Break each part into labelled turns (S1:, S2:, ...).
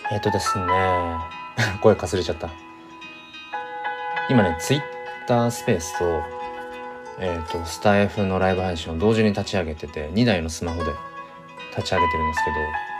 S1: ですね声かすれちゃった。今ねツイッタースペースとスタイフのライブ配信を同時に立ち上げてて、2台のスマホで立ち上げてるんです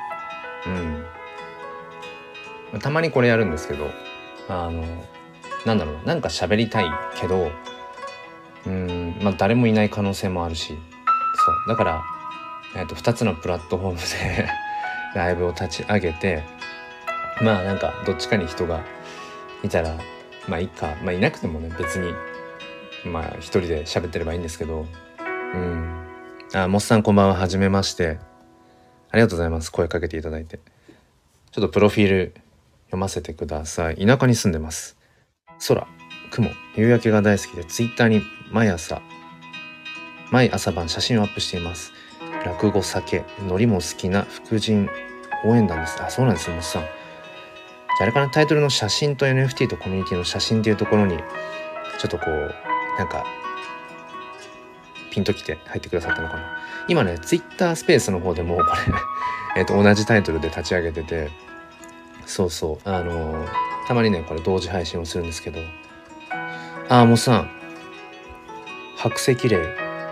S1: けど、たまにこれやるんですけど、なんだろうな、なんか喋りたいけど誰もいない可能性もあるし、そうだから、2つのプラットフォームでライブを立ち上げて、なんかどっちかに人がいたらいいか、いなくてもね別に一人で喋ってればいいんですけど、モッさんこんばんは、はじめまして。ありがとうございます、声かけていただいて。ちょっとプロフィール読ませてください。田舎に住んでます。空、雲、夕焼けが大好きで、ツイッターに毎朝晩写真をアップしています。落語、酒、海苔も好きな福神応援団です。そうなんですよ、モッさん。じゃああれかな、タイトルの写真と NFT とコミュニティの写真っていうところにちょっとこうなんかピンときて入ってくださったのかな。今ねツイッタースペースの方でもこれ同じタイトルで立ち上げてて、そうたまにねこれ同時配信をするんですけど、もうさん、白石霊、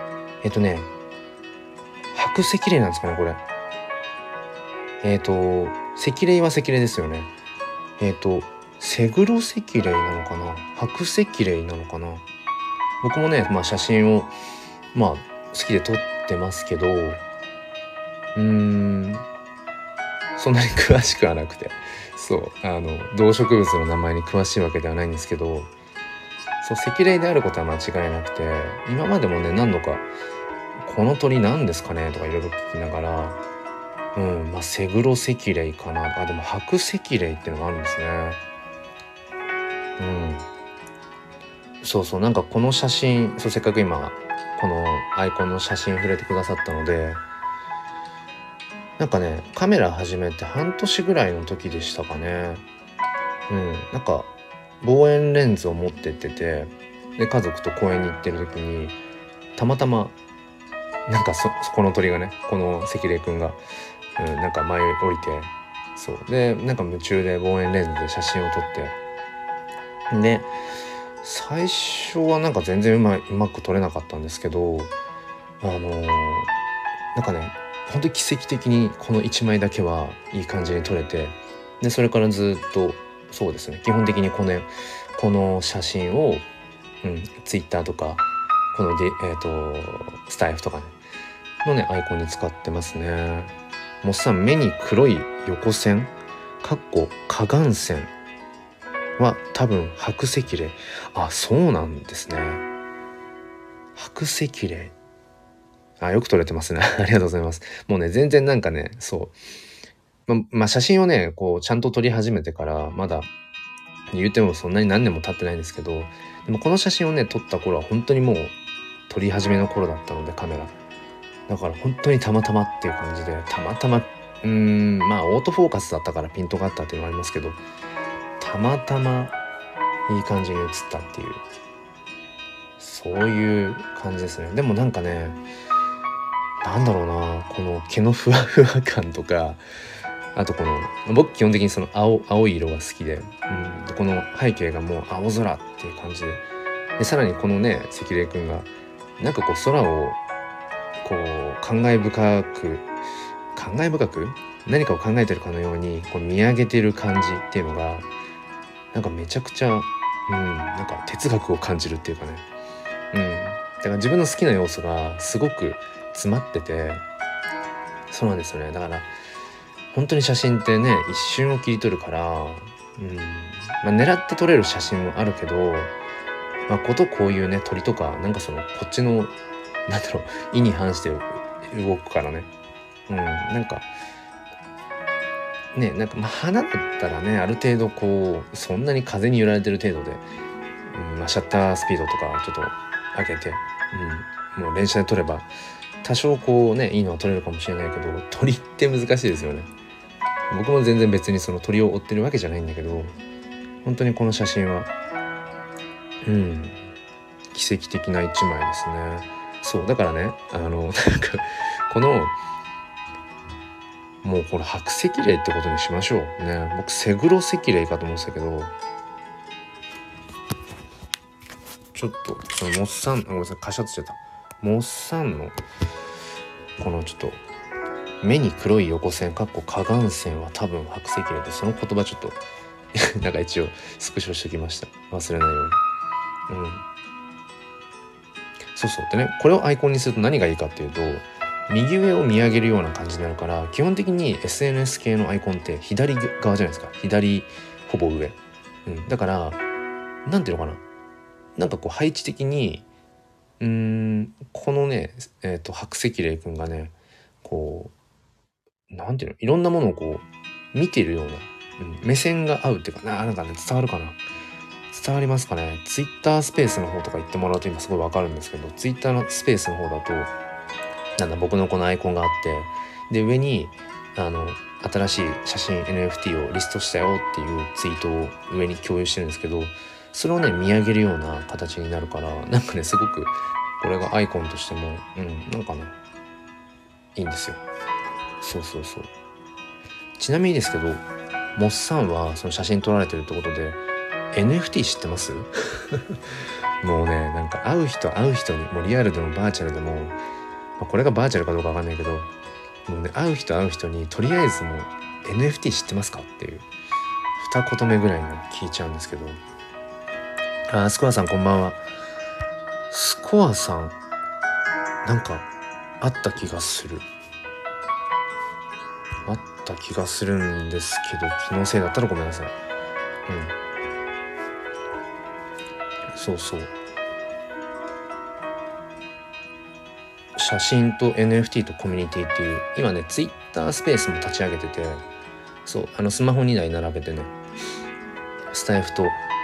S1: 白石霊なんですかねこれ。石霊は石霊ですよね。セグロ石霊なのかな、白石霊なのかな。僕もね写真を好きで撮ってますけど、そんなに詳しくはなくて、動植物の名前に詳しいわけではないんですけど、石霊であることは間違いなくて、今までもね何度かこの鳥なんですかねとかいろいろ聞きながら、セグロ石霊かな。でも白石霊っていうのがあるんですね。なんかこの写真、せっかく今このアイコンの写真触れてくださったので、なんかねカメラ始めて半年ぐらいの時でしたかね。なんか望遠レンズを持ってってて、で家族と公園に行ってる時にたまたまなんかこの鳥がね、この石霊くんが、なんか前降りて、でなんか夢中で望遠レンズで写真を撮って、で最初はなんか全然うまく撮れなかったんですけど、なんかね本当に奇跡的にこの1枚だけはいい感じに撮れて、でそれからずっとそうですね、基本的にこの写真を、ツイッターとかこのスタイフとかのねアイコンに使ってますね。もっさん、目に黒い横線下眼線は多分白石霊。そうなんですね。白石霊、よく撮れてますねありがとうございます。もうね全然なんかね、写真をねこうちゃんと撮り始めてからまだ言ってもそんなに何年も経ってないんですけど、でもこの写真をね撮った頃は本当にもう撮り始めの頃だったので、カメラだから本当にたまたまっていう感じで、たまたまオートフォーカスだったからピントがあったっていうのもありますけど、たまたまいい感じに写ったっていう、そういう感じですね。でもなんかね、なんだろうな、この毛のふわふわ感とか、あとこの僕基本的にその青い色が好きで、この背景がもう青空っていう感じで、さらにこのね石霊くんがなんかこう空をこう感慨深く何かを考えてるかのようにこう見上げてる感じっていうのがなんかめちゃくちゃなんか哲学を感じるっていうかね、だから自分の好きな要素がすごく詰まってて、そうなんですよね。だから本当に写真ってね一瞬を切り取るから、狙って撮れる写真もあるけど、こういうね鳥とかなんかこっちの意に反して動くからね、なんかね、なんか花だったらねある程度こうそんなに風に揺られてる程度で、シャッタースピードとかちょっと上げて、もう連写で撮れば多少こうねいいのは撮れるかもしれないけど、鳥って難しいですよね。僕も全然別にその鳥を追ってるわけじゃないんだけど、本当にこの写真は奇跡的な一枚ですね。だからねなんかこのもうこれ白石霊ってことにしましょうね。僕セグロ石霊かと思ってたけど、ちょっとそのモッサン、ごめんなさい、カシャッとしちゃった。モッサンのこのちょっと目に黒い横線河岸線は多分白石霊で、その言葉ちょっとなんか一応スクショしてきました、忘れないように。そうそう。でね、これをアイコンにすると何がいいかっていうと、右上を見上げるような感じになるから、基本的に SNS 系のアイコンって左側じゃないですか。左ほぼ上、だからなんていうのかな、なんかこう配置的にこのね白石霊くんがね、こうなんていうの、いろんなものをこう見てるような、目線が合うっていうかなんかね、伝わるかな、伝わりますかね。ツイッタースペースの方とか言ってもらうと今すごいわかるんですけど、ツイッターのスペースの方だとなんだ、僕のこのアイコンがあって、で上に新しい写真 NFT をリストしたよっていうツイートを上に共有してるんですけど、それをね見上げるような形になるから、なんかねすごくこれがアイコンとしてもなんかねいいんですよ。そうそうそう。ちなみにですけど、モッサンはその写真撮られてるってことで NFT 知ってます？もうね、なんか会う人に、もうリアルでもバーチャルでも、これがバーチャルかどうかわかんないけど、もうね、会う人にとりあえずもう NFT 知ってますかっていう二言目ぐらいに聞いちゃうんですけど、スコアさんこんばんは。スコアさんなんかあった気がするんですけど、気のせいだったらごめんなさい。そうそう、写真と NFT とコミュニティっていう、今ねツイッタースペースも立ち上げてて、そうスマホ2台並べてね、スタイフと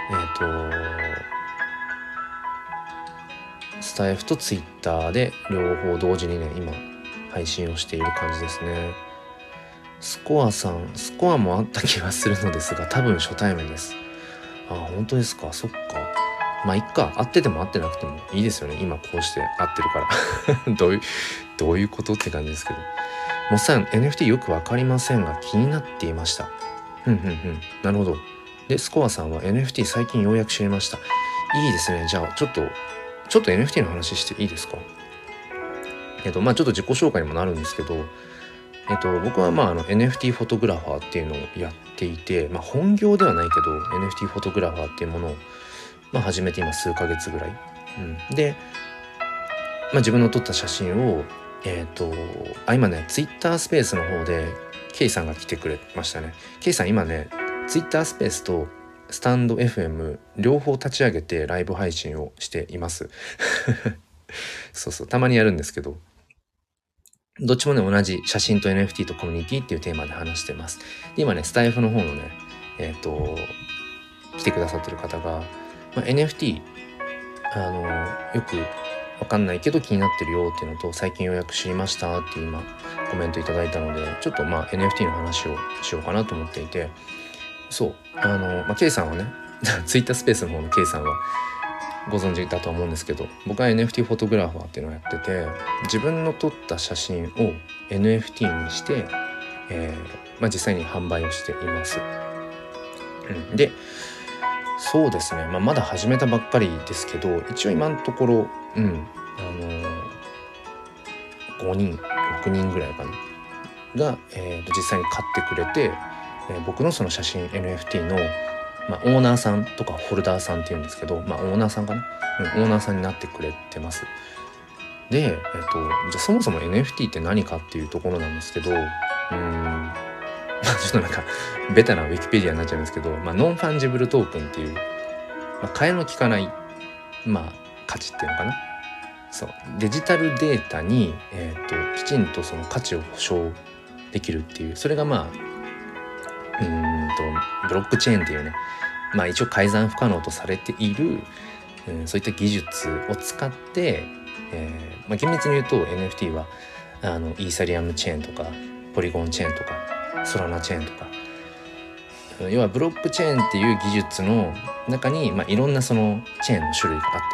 S1: ツイッターで両方同時にね今配信をしている感じですね。スコアもあった気がするのですが、多分初対面です。本当ですか。そっか、まあいっか、会ってても会ってなくてもいいですよね、今こうして会ってるからどういうことって感じですけど、もっさん NFT よくわかりませんが気になっていました。なるほど。でスコアさんは NFT 最近ようやく知りました。いいですね。じゃあちょっと NFT の話していいですか。ちょっと自己紹介にもなるんですけど、僕はNFT フォトグラファーっていうのをやっていて、本業ではないけど NFT フォトグラファーっていうものを、始めて今数ヶ月ぐらい、で、自分の撮った写真を今ねツイッタースペースの方でケイさんが来てくれましたね。ケイさん今ねツイッタースペースとスタンド FM 両方立ち上げてライブ配信をしていますそうたまにやるんですけど、どっちもね同じ写真と NFT とコミュニティっていうテーマで話してます。で今ねスタイフの方のね来てくださってる方が、NFT よくわかんないけど気になってるよっていうのと、最近ようやく知りましたっていう今コメントいただいたので、ちょっとNFT の話をしようかなと思っていて、K さんはねツイッタースペースの方の K さんはご存知だとは思うんですけど、僕は NFT フォトグラファーっていうのをやってて、自分の撮った写真を NFT にして、実際に販売をしています。でそうですね、まだ始めたばっかりですけど、一応今のところ5人6人ぐらいかなが、実際に買ってくれて、僕のその写真 NFT の、オーナーさんとかホルダーさんっていうんですけど、オーナーさんかな、オーナーさんになってくれてます。で、じゃあそもそも NFT って何かっていうところなんですけど、ちょっとなんかベタなウィキペディアになっちゃうんですけど、ノンファンジブルトークンっていう、替えの利かない価値っていうのかな、そうデジタルデータに、きちんとその価値を保証できるっていう、それがブロックチェーンっていうね、一応改ざん不可能とされている、そういった技術を使って、厳密に言うと NFT はイーサリアムチェーンとかポリゴンチェーンとかソラナチェーンとか、要はブロックチェーンっていう技術の中に、いろんなそのチェーンの種類があって、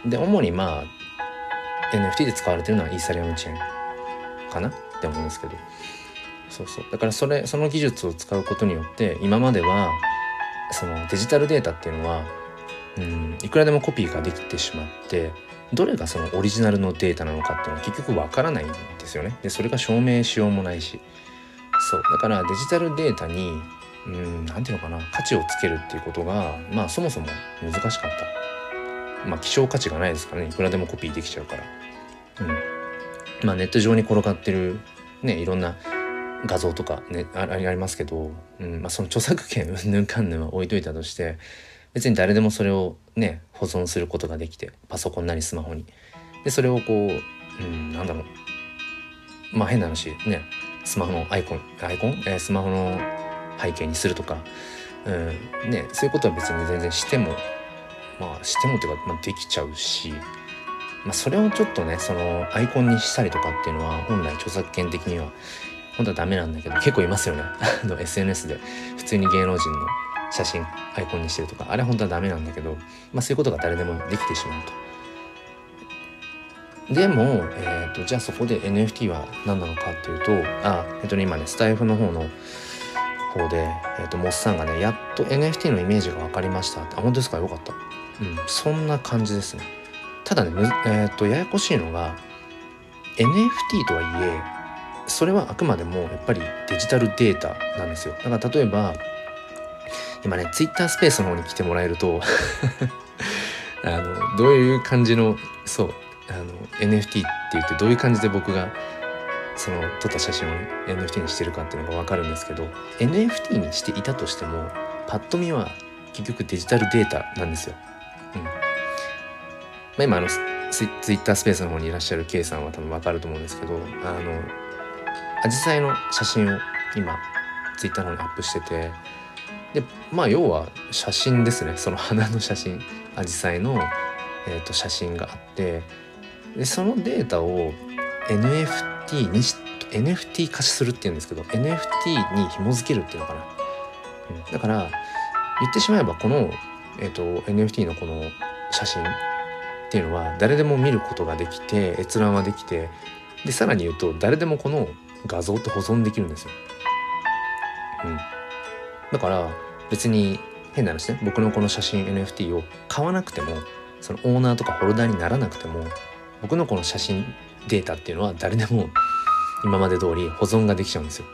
S1: で主にNFT で使われてるのはイーサリアムチェーンかなって思うんですけど、 そうそう。だからその技術を使うことによって、今まではそのデジタルデータっていうのは、いくらでもコピーができてしまって、どれがそのオリジナルのデータなのかっていうのは結局わからないんですよね。でそれが証明しようもないし、そうだからデジタルデータになんていうのかな、価値をつけるっていうことがそもそも難しかった。希少価値がないですからね、いくらでもコピーできちゃうから。ネット上に転がってるね、いろんな画像とかね、ありますけど、その著作権うんぬんかんぬんは置いといたとして、別に誰でもそれをね保存することができて、パソコンなりスマホに、でそれをこう、なんだろう、変な話ね、スマホのアイコン、スマホの背景にするとか、そういうことは別に全然してもしてもっていうか、できちゃうし、それをちょっとねそのアイコンにしたりとかっていうのは本来著作権的には本当はダメなんだけど、結構いますよねSNS で普通に芸能人の写真アイコンにしてるとか、あれ本当はダメなんだけど、そういうことが誰でもできてしまうと。でも、じゃあそこで NFT は何なのかっていうと、今ねスタイフの方で、モスさんがねやっと NFT のイメージが分かりましたって。本当ですか、よかった。そんな感じですね。ただね、ややこしいのが NFT とはいえ、それはあくまでもやっぱりデジタルデータなんですよ。だから例えば今ね Twitter スペースの方に来てもらえるとどういう感じのNFT って言ってどういう感じで僕がその撮った写真を、ね、NFT にしてるかっていうのが分かるんですけど、 NFT にしていたとしてもパッと見は結局デジタルデータなんですよ。今Twitter スペースの方にいらっしゃる K さんは多分分かると思うんですけど、アジサイの写真を今 Twitter の方にアップしてて、で要は写真ですね。その花の写真、アジサイの、写真があって、でそのデータを NFT 化するっていうんですけど、 NFT に紐付けるっていうのかな。だから言ってしまえばこの、NFT のこの写真っていうのは誰でも見ることができて、閲覧はできて、でさらに言うと誰でもこの画像って保存できるんですよ。だから別に変な話ね、僕のこの写真 NFT を買わなくても、そのオーナーとかホルダーにならなくても、僕のこの写真データっていうのは誰でも今まで通り保存ができちゃうんですよ。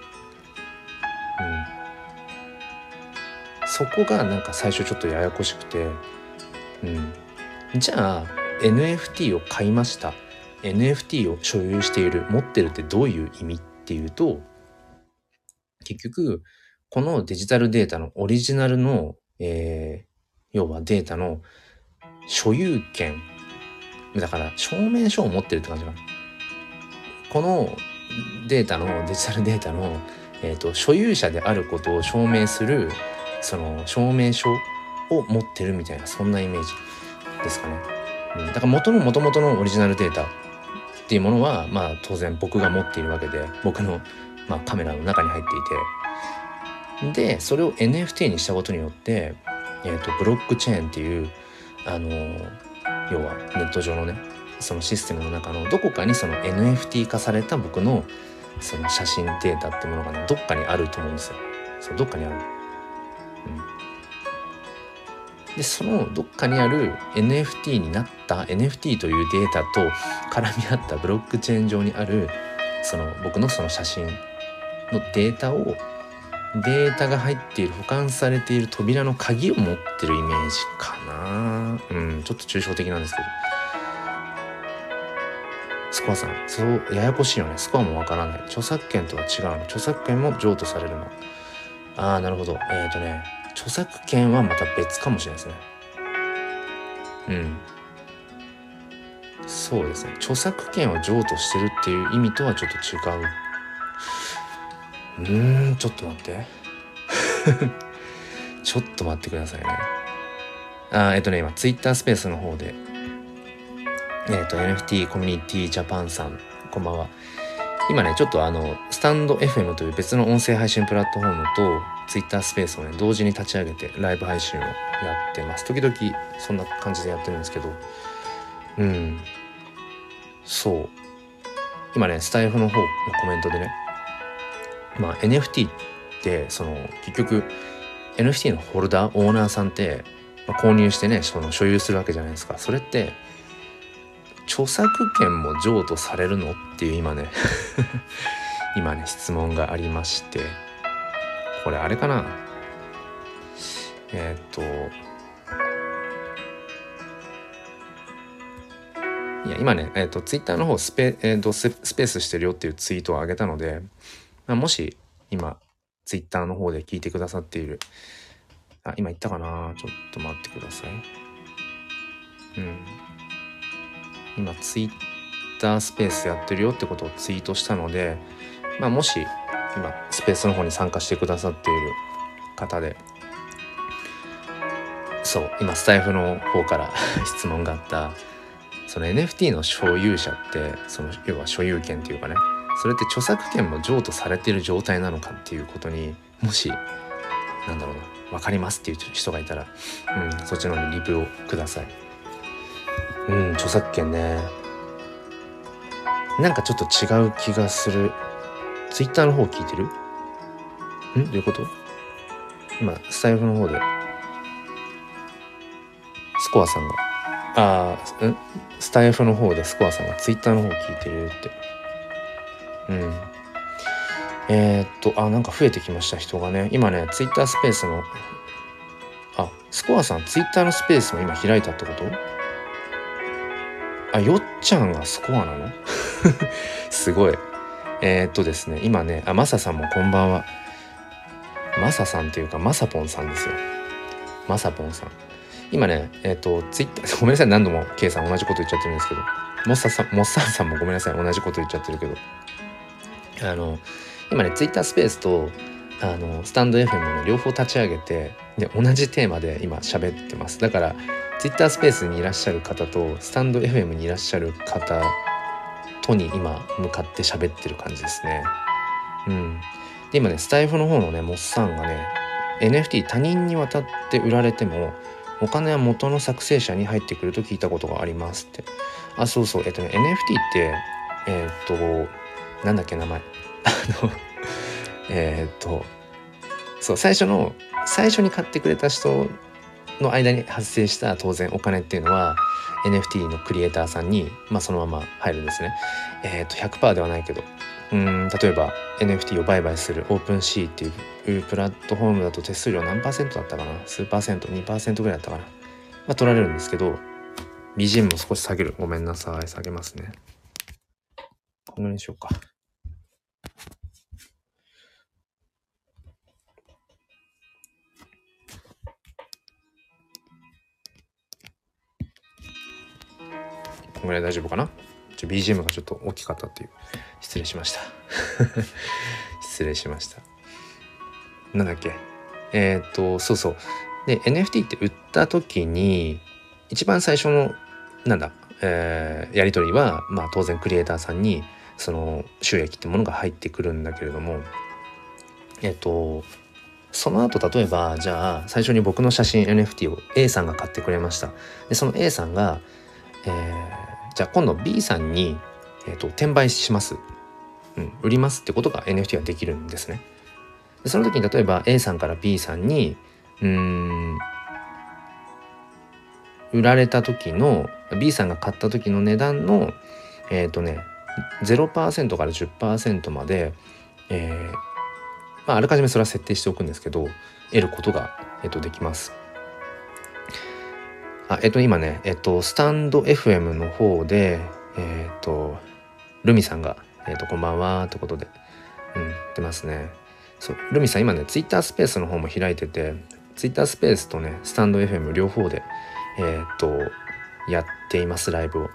S1: そこがなんか最初ちょっとややこしくて、じゃあ NFT を買いました、 NFT を所有している、持ってるってどういう意味っていうと、結局このデジタルデータのオリジナルの、要はデータの所有権、だから証明書を持ってるって感じかな。このデジタルデータの、所有者であることを証明するその証明書を持ってるみたいな、そんなイメージですかね。だから元々のオリジナルデータっていうものは当然僕が持っているわけで、僕の、カメラの中に入っていて、でそれを NFT にしたことによって、ブロックチェーンっていう要はネット上のねそのシステムの中のどこかにその NFT 化された僕のその写真データってものがねどっかにあると思うんですよ。そうどっかにある。でそのどっかにある NFT になった NFT というデータと絡み合ったブロックチェーン上にあるその僕のその写真のデータが入っている保管されている扉の鍵を持ってるイメージかな。ちょっと抽象的なんですけど、スコアさんそうややこしいよね。スコアもわからない。著作権とは違うの。著作権も譲渡されるの。なるほど。著作権はまた別かもしれないですね。そうですね。著作権を譲渡してるっていう意味とはちょっと違う。ちょっと待ってちょっと待ってくださいね。今 Twitter スペースの方でNFT コミュニティジャパンさん、こんばんは。今ねちょっとスタンド FM という別の音声配信プラットフォームと Twitter スペースをね同時に立ち上げてライブ配信をやってます。時々そんな感じでやってるんですけど、そう今ねスタイフの方のコメントでね NFT ってその結局 NFT のホルダーオーナーさんって、購入してねその所有するわけじゃないですか。それって著作権も譲渡されるのっていう今ね質問がありまして、これあれかな、いや今ねツイッターの方スペースしてるよっていうツイートを上げたので、もし今ツイッターの方で聞いてくださっている、今言ったかな、ちょっと待ってください。今ツイッタースペースやってるよってことをツイートしたので、もし今スペースの方に参加してくださっている方で、そう今スタイフの方から質問があったその NFT の所有者ってその要は所有権っていうかね、それって著作権も譲渡されている状態なのかっていうことに、もし分かりますっていう人がいたら、そっちの方にリプをください。著作権ね、なんかちょっと違う気がする。ツイッターの方聞いてる？どういうこと？今スタイフの方でスコアさんがスタイフの方でスコアさんがツイッターの方聞いてるって。なんか増えてきました人がね。今ねツイッタースペースのスコアさんツイッターのスペースも今開いたってこと？よっちゃんがスコアなのすごい。ですね今ねマサさんもこんばんは。マサさんっていうかマサポンさんですよ。マサポンさん今ねツイッターごめんなさい、何度も K さん同じこと言っちゃってるんですけど、モッサンさんもごめんなさい同じこと言っちゃってるけど、今ねツイッタースペースとスタンド FM の両方立ち上げて、で同じテーマで今喋ってます。だからツイッタースペースにいらっしゃる方とスタンド FM にいらっしゃる方とに今向かって喋ってる感じですね。で今ねスタイフの方のねモッサンがね NFT 他人に渡って売られてもお金は元の作成者に入ってくると聞いたことがありますって。そうそうNFT ってなんだっけ名前そう最初に買ってくれた人の間に発生した当然お金っていうのは NFT のクリエイターさんにそのまま入るんですね。100% ではないけど例えば NFT を売買するオープンシーっていうプラットフォームだと手数料何%だったかな、数%、2% ぐらいだったかな、取られるんですけど、 BGM も少し下げる。ごめんなさい、下げますね。こんなにしようか。こんぐらい大丈夫かな。BGM がちょっと大きかったっていう、失礼しました失礼しました。なんだっけ、そうで NFT って売った時に一番最初のやり取りは当然クリエイターさんにその収益ってものが入ってくるんだけれども、その後例えばじゃあ最初に僕の写真 NFT を A さんが買ってくれました。でその A さんが、じゃあ今度 B さんに、転売します、売りますってことが NFT ができるんですね。でその時に例えば A さんから B さんに売られた時の B さんが買った時の値段の0% から 10% まで、あらかじめそれは設定しておくんですけど得ることが、できます。今ねスタンド FM の方でルミさんがこんばんはってことで出ますね。そうルミさん今ねツイッタースペースの方も開いてて、ツイッタースペースとねスタンド FM 両方でやっています、ライブを。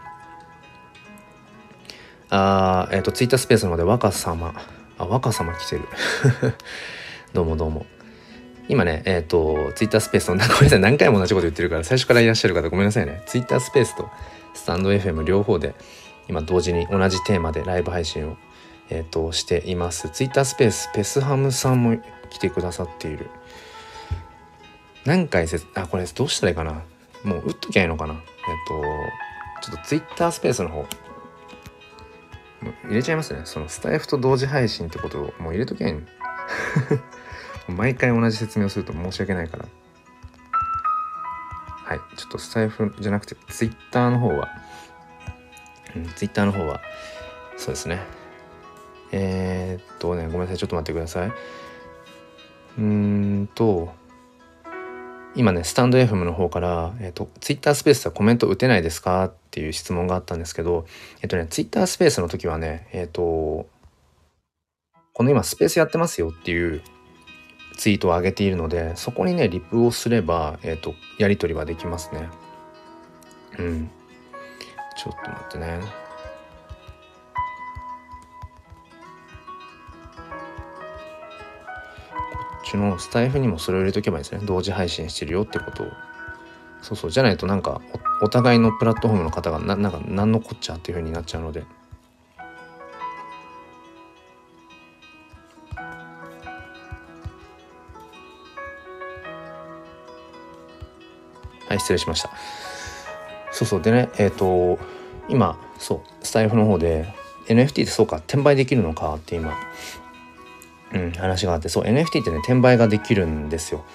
S1: ツイッタースペースの方で若様来てるどうも今ねツイッタースペースのごめんなさい、何回も同じこと言ってるから最初からいらっしゃる方ごめんなさいね。ツイッタースペースとスタンド FM 両方で今同時に同じテーマでライブ配信をしています。ツイッタースペースペスハムさんも来てくださっている。何回これどうしたらいいかな、もう打っときゃいいのかな。ちょっとツイッタースペースの方もう入れちゃいますね。そのスタイフと同時配信ってことをもう入れとけん毎回同じ説明をすると申し訳ないから。はい、ちょっとスタイフじゃなくてツイッターの方は、ツイッターの方はそうですね。ごめんなさい、ちょっと待ってください。今ねスタンド FM の方から、ツイッタースペースはコメント打てないですかっていう質問があったんですけど、ツイッタースペースの時はね、この今スペースやってますよっていうツイートを上げているので、そこにねリプをすれば、やり取りはできますね。ちょっと待ってね。こっちのスタイフにもそれを入れとけばいいですね。同時配信してるよってことを。そうじゃないとなんか お互いのプラットフォームの方がなんか何のこっちゃっていう風になっちゃうので。はい、失礼しました。でね、今スタイフの方で NFT ってそうか転売できるのかって今、話があって、NFT ってね転売ができるんですよ。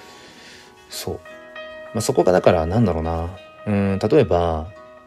S1: そこがだからなんだろうな、例えば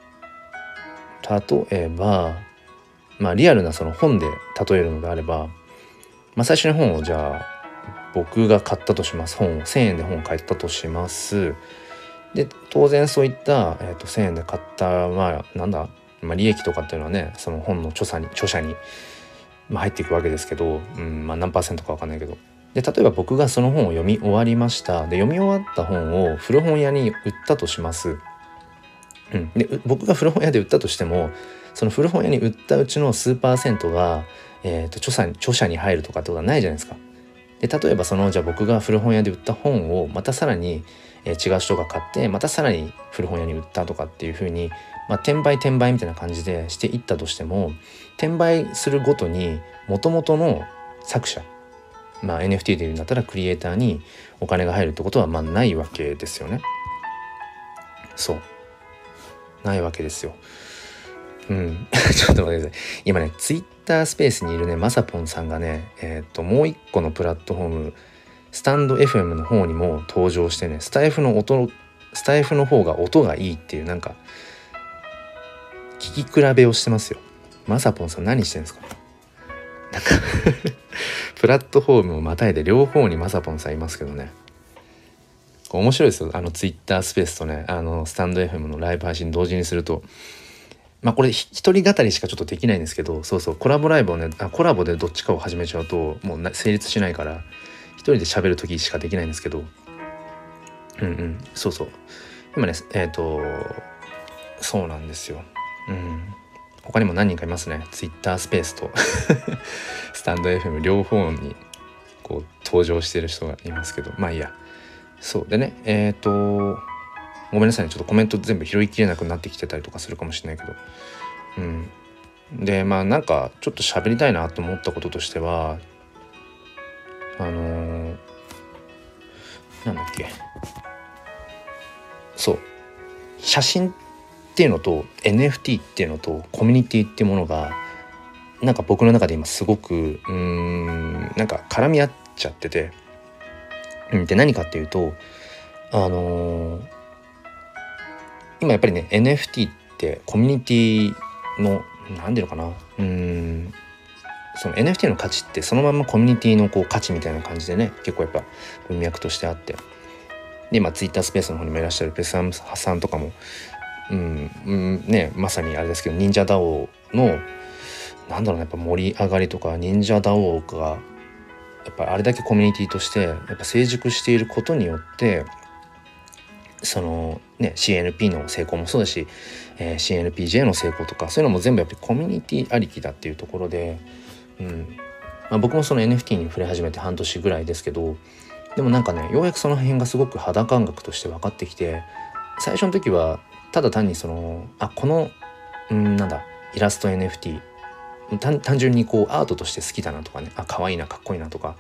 S1: リアルなその本で例えるのであれば、最初に本をじゃあ僕が買ったとします。本を1000円で本を買ったとします。で当然そういった、1000円で買った利益とかっていうのはね、その本の著者に、入っていくわけですけど、何パーセントか分かんないけど、で例えば僕がその本を読み終わりました。で読み終わった本を古本屋に売ったとします。で僕が古本屋で売ったとしても、その古本屋に売ったうちの数パーセントが、著者に入るとかってことはないじゃないですか。で例えばじゃあ僕が古本屋で売った本をまたさらに、違う人が買ってまたさらに古本屋に売ったとかっていう風に、転売みたいな感じでしていったとしても、転売するごとに元々の作者、NFT で言うんだったらクリエイターにお金が入るってことはないわけですよね。ないわけですよ。ちょっと待ってください。今ねツイッタースペースにいるねまさぽんさんがね、もう一個のプラットフォームスタンド FM の方にも登場してね、スタイフの方が音がいいっていうなんか聞き比べをしてますよ。まさぽんさん何してんですか。なんかプラットフォームをまたいで両方にまさぽんさんいますけどね、面白いですよ。ツイッタースペースとねスタンド FM のライブ配信同時にすると、これ一人語りしかちょっとできないんですけど、コラボライブをねコラボでどっちかを始めちゃうともう成立しないから一人で喋る時しかできないんですけど、今ねそうなんですよ。他にも何人かいますね。ツイッタースペースとスタンド FM 両方にこう登場してる人がいますけど、いいや。でねごめんなさいね、ちょっとコメント全部拾いきれなくなってきてたりとかするかもしれないけど、でなんかちょっと喋りたいなと思ったこととしてはなんだっけ、写真っていうのと NFT っていうのとコミュニティっていうものがなんか僕の中で今すごくなんか絡み合っちゃってて、で何かっていうと今やっぱりね NFT ってコミュニティの何ていうのかな、その NFT の価値ってそのままコミュニティのこう価値みたいな感じでね結構やっぱ文脈としてあって、で今ツイッタースペースの方にもいらっしゃるペサムさんとかもまさにあれですけど、忍者ダオのやっぱ盛り上がりとか、忍者ダオがやっぱあれだけコミュニティとしてやっぱ成熟していることによってCNP の成功もそうだし、CNPJ の成功とかそういうのも全部やっぱりコミュニティありきだっていうところで、僕もその NFT に触れ始めて半年ぐらいですけど、でもようやくその辺がすごく肌感覚として分かってきて、最初の時はただ単にこのイラスト NFT 単純にこうアートとして好きだなとかね、可愛いなかっこいいなとか、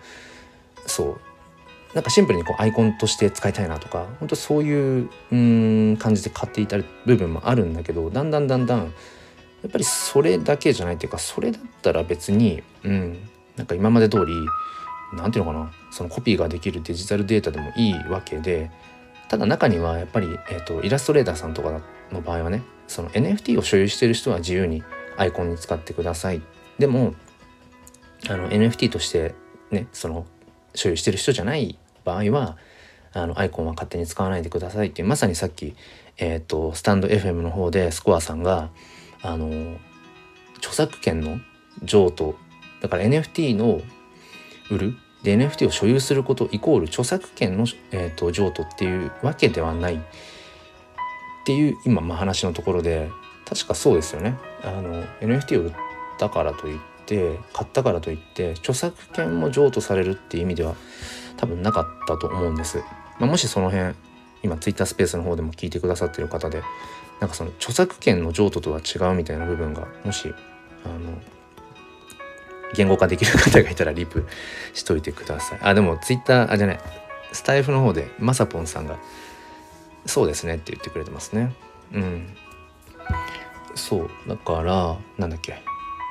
S1: シンプルにこうアイコンとして使いたいなとか、本当そういう感じで買っていた部分もあるんだけど、だんだんやっやっぱりそれだけじゃないっていうか、それだったら別になんか今まで通りなんていうのかな、そのコピーができるデジタルデータでもいいわけで、ただ中にはやっぱり、イラストレーターさんとかの場合はね、その NFT を所有している人は自由にアイコンに使ってください。でもNFT としてね、その所有している人じゃない場合はアイコンは勝手に使わないでくださいっていう、まさにさっきスタンド FM の方でスコアさんが著作権の譲渡だから NFT の売るで NFT を所有することイコール著作権の、譲渡っていうわけではないっていう今、話のところで、確かそうですよね。NFT を売ったからといって買ったからといって著作権も譲渡されるっていう意味では多分なかったと思うんです。もしその辺今 Twitter スペースの方でも聞いてくださってる方でなんかその著作権の譲渡とは違うみたいな部分がもし言語化できる方がいたらリプしといてください。でも Twitter じゃないスタイフの方でまさぽんさんがそうですねって言ってくれてますね。そうだからなんだっけ、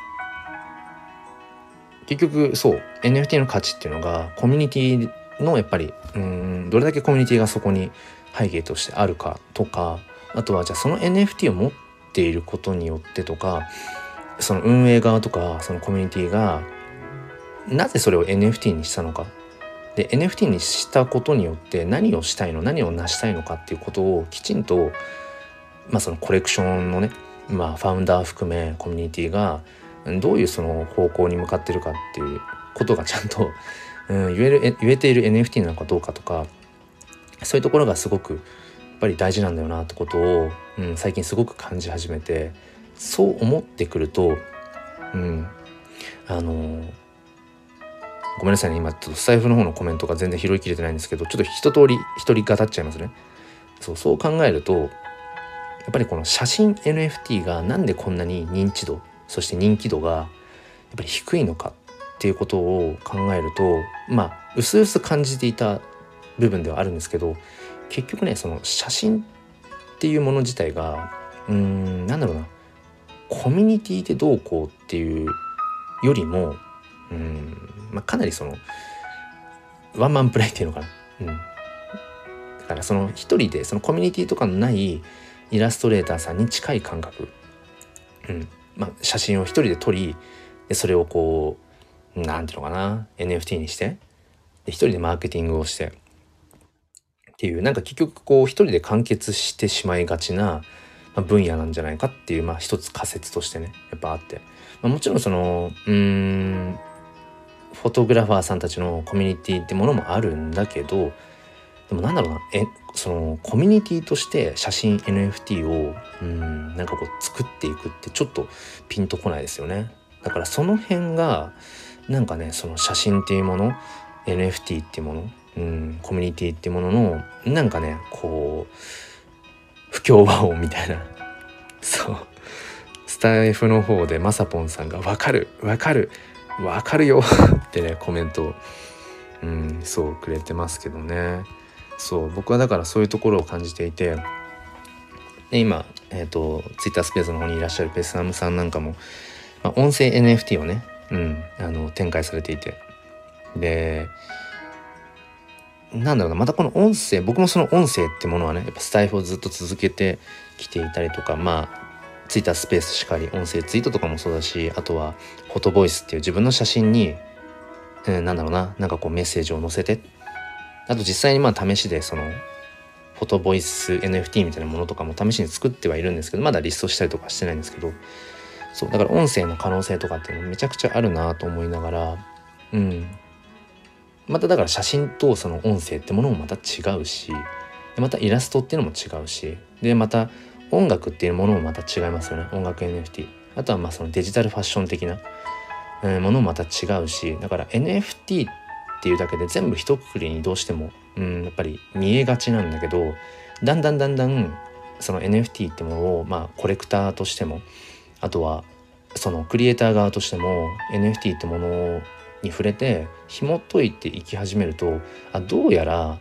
S1: 結局そう NFT の価値っていうのがコミュニティのやっぱりどれだけコミュニティがそこに背景としてあるかとか、あとはじゃあその NFT を持っていることによってとか、その運営側とかそのコミュニティがなぜそれを NFT にしたのかで NFT にしたことによって何をしたいの何を成したいのかっていうことをきちんとそのコレクションのねファウンダー含めコミュニティがどういうその方向に向かってるかっていうことがちゃんと言えている NFT なのかどうかとか、そういうところがすごくやっぱり大事なんだよなってことを、最近すごく感じ始めて、そう思ってくるとごめんなさいね、今ちょっとスタイフの方のコメントが全然拾いきれてないんですけど、ちょっと一通り一人語っちゃいますね。そう考えるとやっぱりこの写真 NFT がなんでこんなに認知度そして人気度がやっぱり低いのかっていうことを考えると薄々感じていた部分ではあるんですけど、結局ねその写真っていうもの自体がなんだろうな、コミュニティでどうこうっていうよりもかなりそのワンマンプレイっていうのかな、だからその一人でそのコミュニティとかのないイラストレーターさんに近い感覚、写真を一人で撮りでそれをこうなんていうのかな NFT にしてで一人でマーケティングをしてっていう、なんか結局こう一人で完結してしまいがちな分野なんじゃないかっていう一つ仮説としてねやっぱあって、もちろんそのフォトグラファーさんたちのコミュニティってものもあるんだけど、でもなんだろうなそのコミュニティとして写真 NFT をなんかこう作っていくってちょっとピンとこないですよね。だからその辺がなんかねその写真っていうもの NFT っていうものコミュニティっていうもののなんかねこう不協和音みたいなそうスタイフの方でまさぽんさんがわかるよってねコメントをそうくれてますけどね。そう僕はだからそういうところを感じていて、で今Twitter スペースの方にいらっしゃるペスアムさんなんかも、音声 NFT をね、展開されていて、でなんだろうな、またこの音声僕もその音声ってものはねやっぱスタイフをずっと続けてきていたりとかTwitter スペースしかり音声ツイートとかもそうだし、あとはフォトボイスっていう自分の写真に、なんかこうメッセージを載せて、あと実際に試しでそのフォトボイス NFT みたいなものとかも試しに作ってはいるんですけど、まだリストしたりとかしてないんですけど、そうだから音声の可能性とかっていうのめちゃくちゃあるなと思いながら、まただから写真とその音声ってものもまた違うし、でまたイラストっていうのも違うし、でまた音楽っていうものもまた違いますよね。音楽 NFT、 あとはそのデジタルファッション的なものもまた違うし、だから NFT っていうだけで全部一括りにどうしてもやっぱり見えがちなんだけど、だんだんその NFT ってものをコレクターとしても、あとはそのクリエイター側としても NFT ってものに触れて紐解いていき始めると、どうやら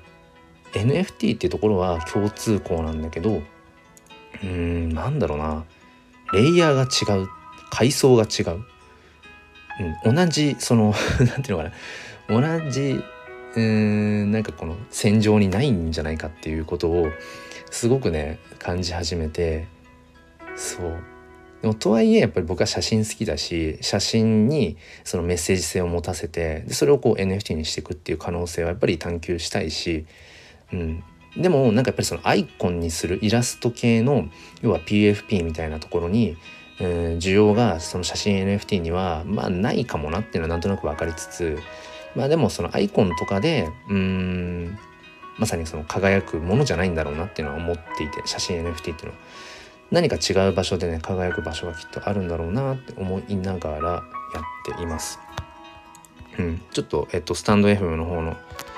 S1: NFT っていうところは共通項なんだけどなんだろうなレイヤーが違う、階層が違う、同じそのなんていうのかな、同じなんかこの戦場にないんじゃないかっていうことをすごくね感じ始めて、そうでもとはいえやっぱり僕は写真好きだし、写真にそのメッセージ性を持たせて、でそれをこう NFT にしていくっていう可能性はやっぱり探求したいし、でもなんかやっぱりそのアイコンにするイラスト系の要は PFP みたいなところに需要がその写真 NFT にはまあないかもなっていうのはなんとなく分かりつつ、まあでもそのアイコンとかでまさにその輝くものじゃないんだろうなっていうのは思っていて、写真 NFT っていうのは何か違う場所でね輝く場所がきっとあるんだろうなって思いながらやっています。ちょっとスタンド FM の方の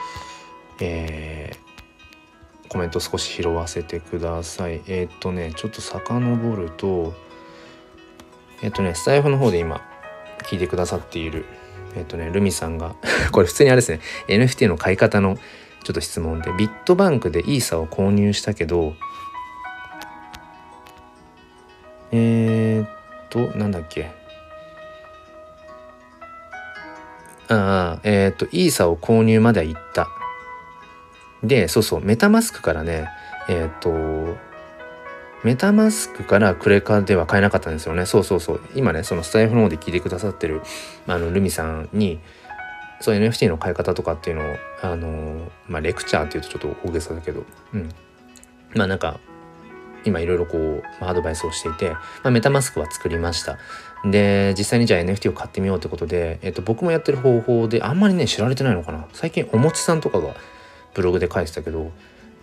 S1: コメント少し拾わせてください。ちょっと遡るとスタイフの方で今聞いてくださっているルミさんがこれ普通にあれですね、 NFT の買い方のちょっと質問で、ビットバンクでイーサを購入したけどなんだっけ、イーサを購入までは行った。でそうメタマスクからねメタマスクからクレカでは買えなかったんですよね。そう今ねそのスタイフの方で聞いてくださってるルミさんにそう NFT の買い方とかっていうのをレクチャーっていうとちょっと大げさだけどなんか今いろいろこうアドバイスをしていて、メタマスクは作りました。で実際にじゃあ NFT を買ってみようってことで、僕もやってる方法であんまりね知られてないのかな。最近おもちさんとかがブログで書いてたけど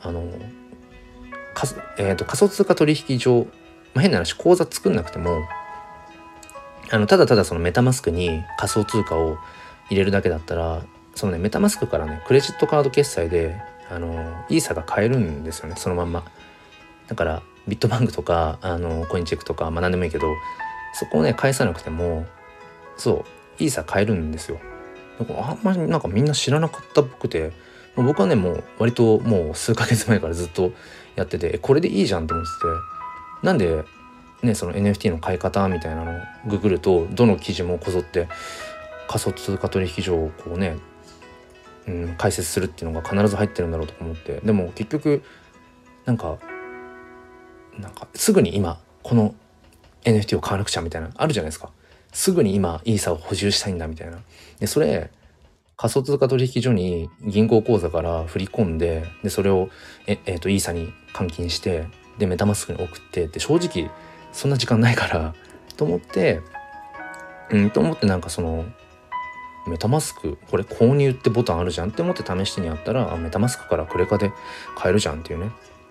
S1: 仮想通貨取引所、変な話口座作んなくてもただただそのメタマスクに仮想通貨を入れるだけだったら、そのねメタマスクからねクレジットカード決済でイーサが買えるんですよね、そのまんま。だからビットバンクとかコインチェックとか何でもいいけど、そこをね返さなくてもイーサ買えるんですよ。だからあんまりなんかみんな知らなかったっぽくて、僕はねもう割ともう数ヶ月前からずっとやってて、これでいいじゃんと思ってて、なんでねその NFT の買い方みたいなのをググるとどの記事もこぞって仮想通貨取引所をこうね、解説するっていうのが必ず入ってるんだろうと思って、でも結局なんかすぐに今この NFT を買わなくちゃみたいなあるじゃないですか。すぐに今イーサを補充したいんだみたいな。でそれ仮想通貨取引所に銀行口座から振り込んで、でそれをイーサに換金して、でメタマスクに送ってって、正直そんな時間ないからと思ってなんかそのメタマスクこれ購入ってボタンあるじゃんって思って試してにやったら、メタマスクからクレカで買えるじゃんっていうね。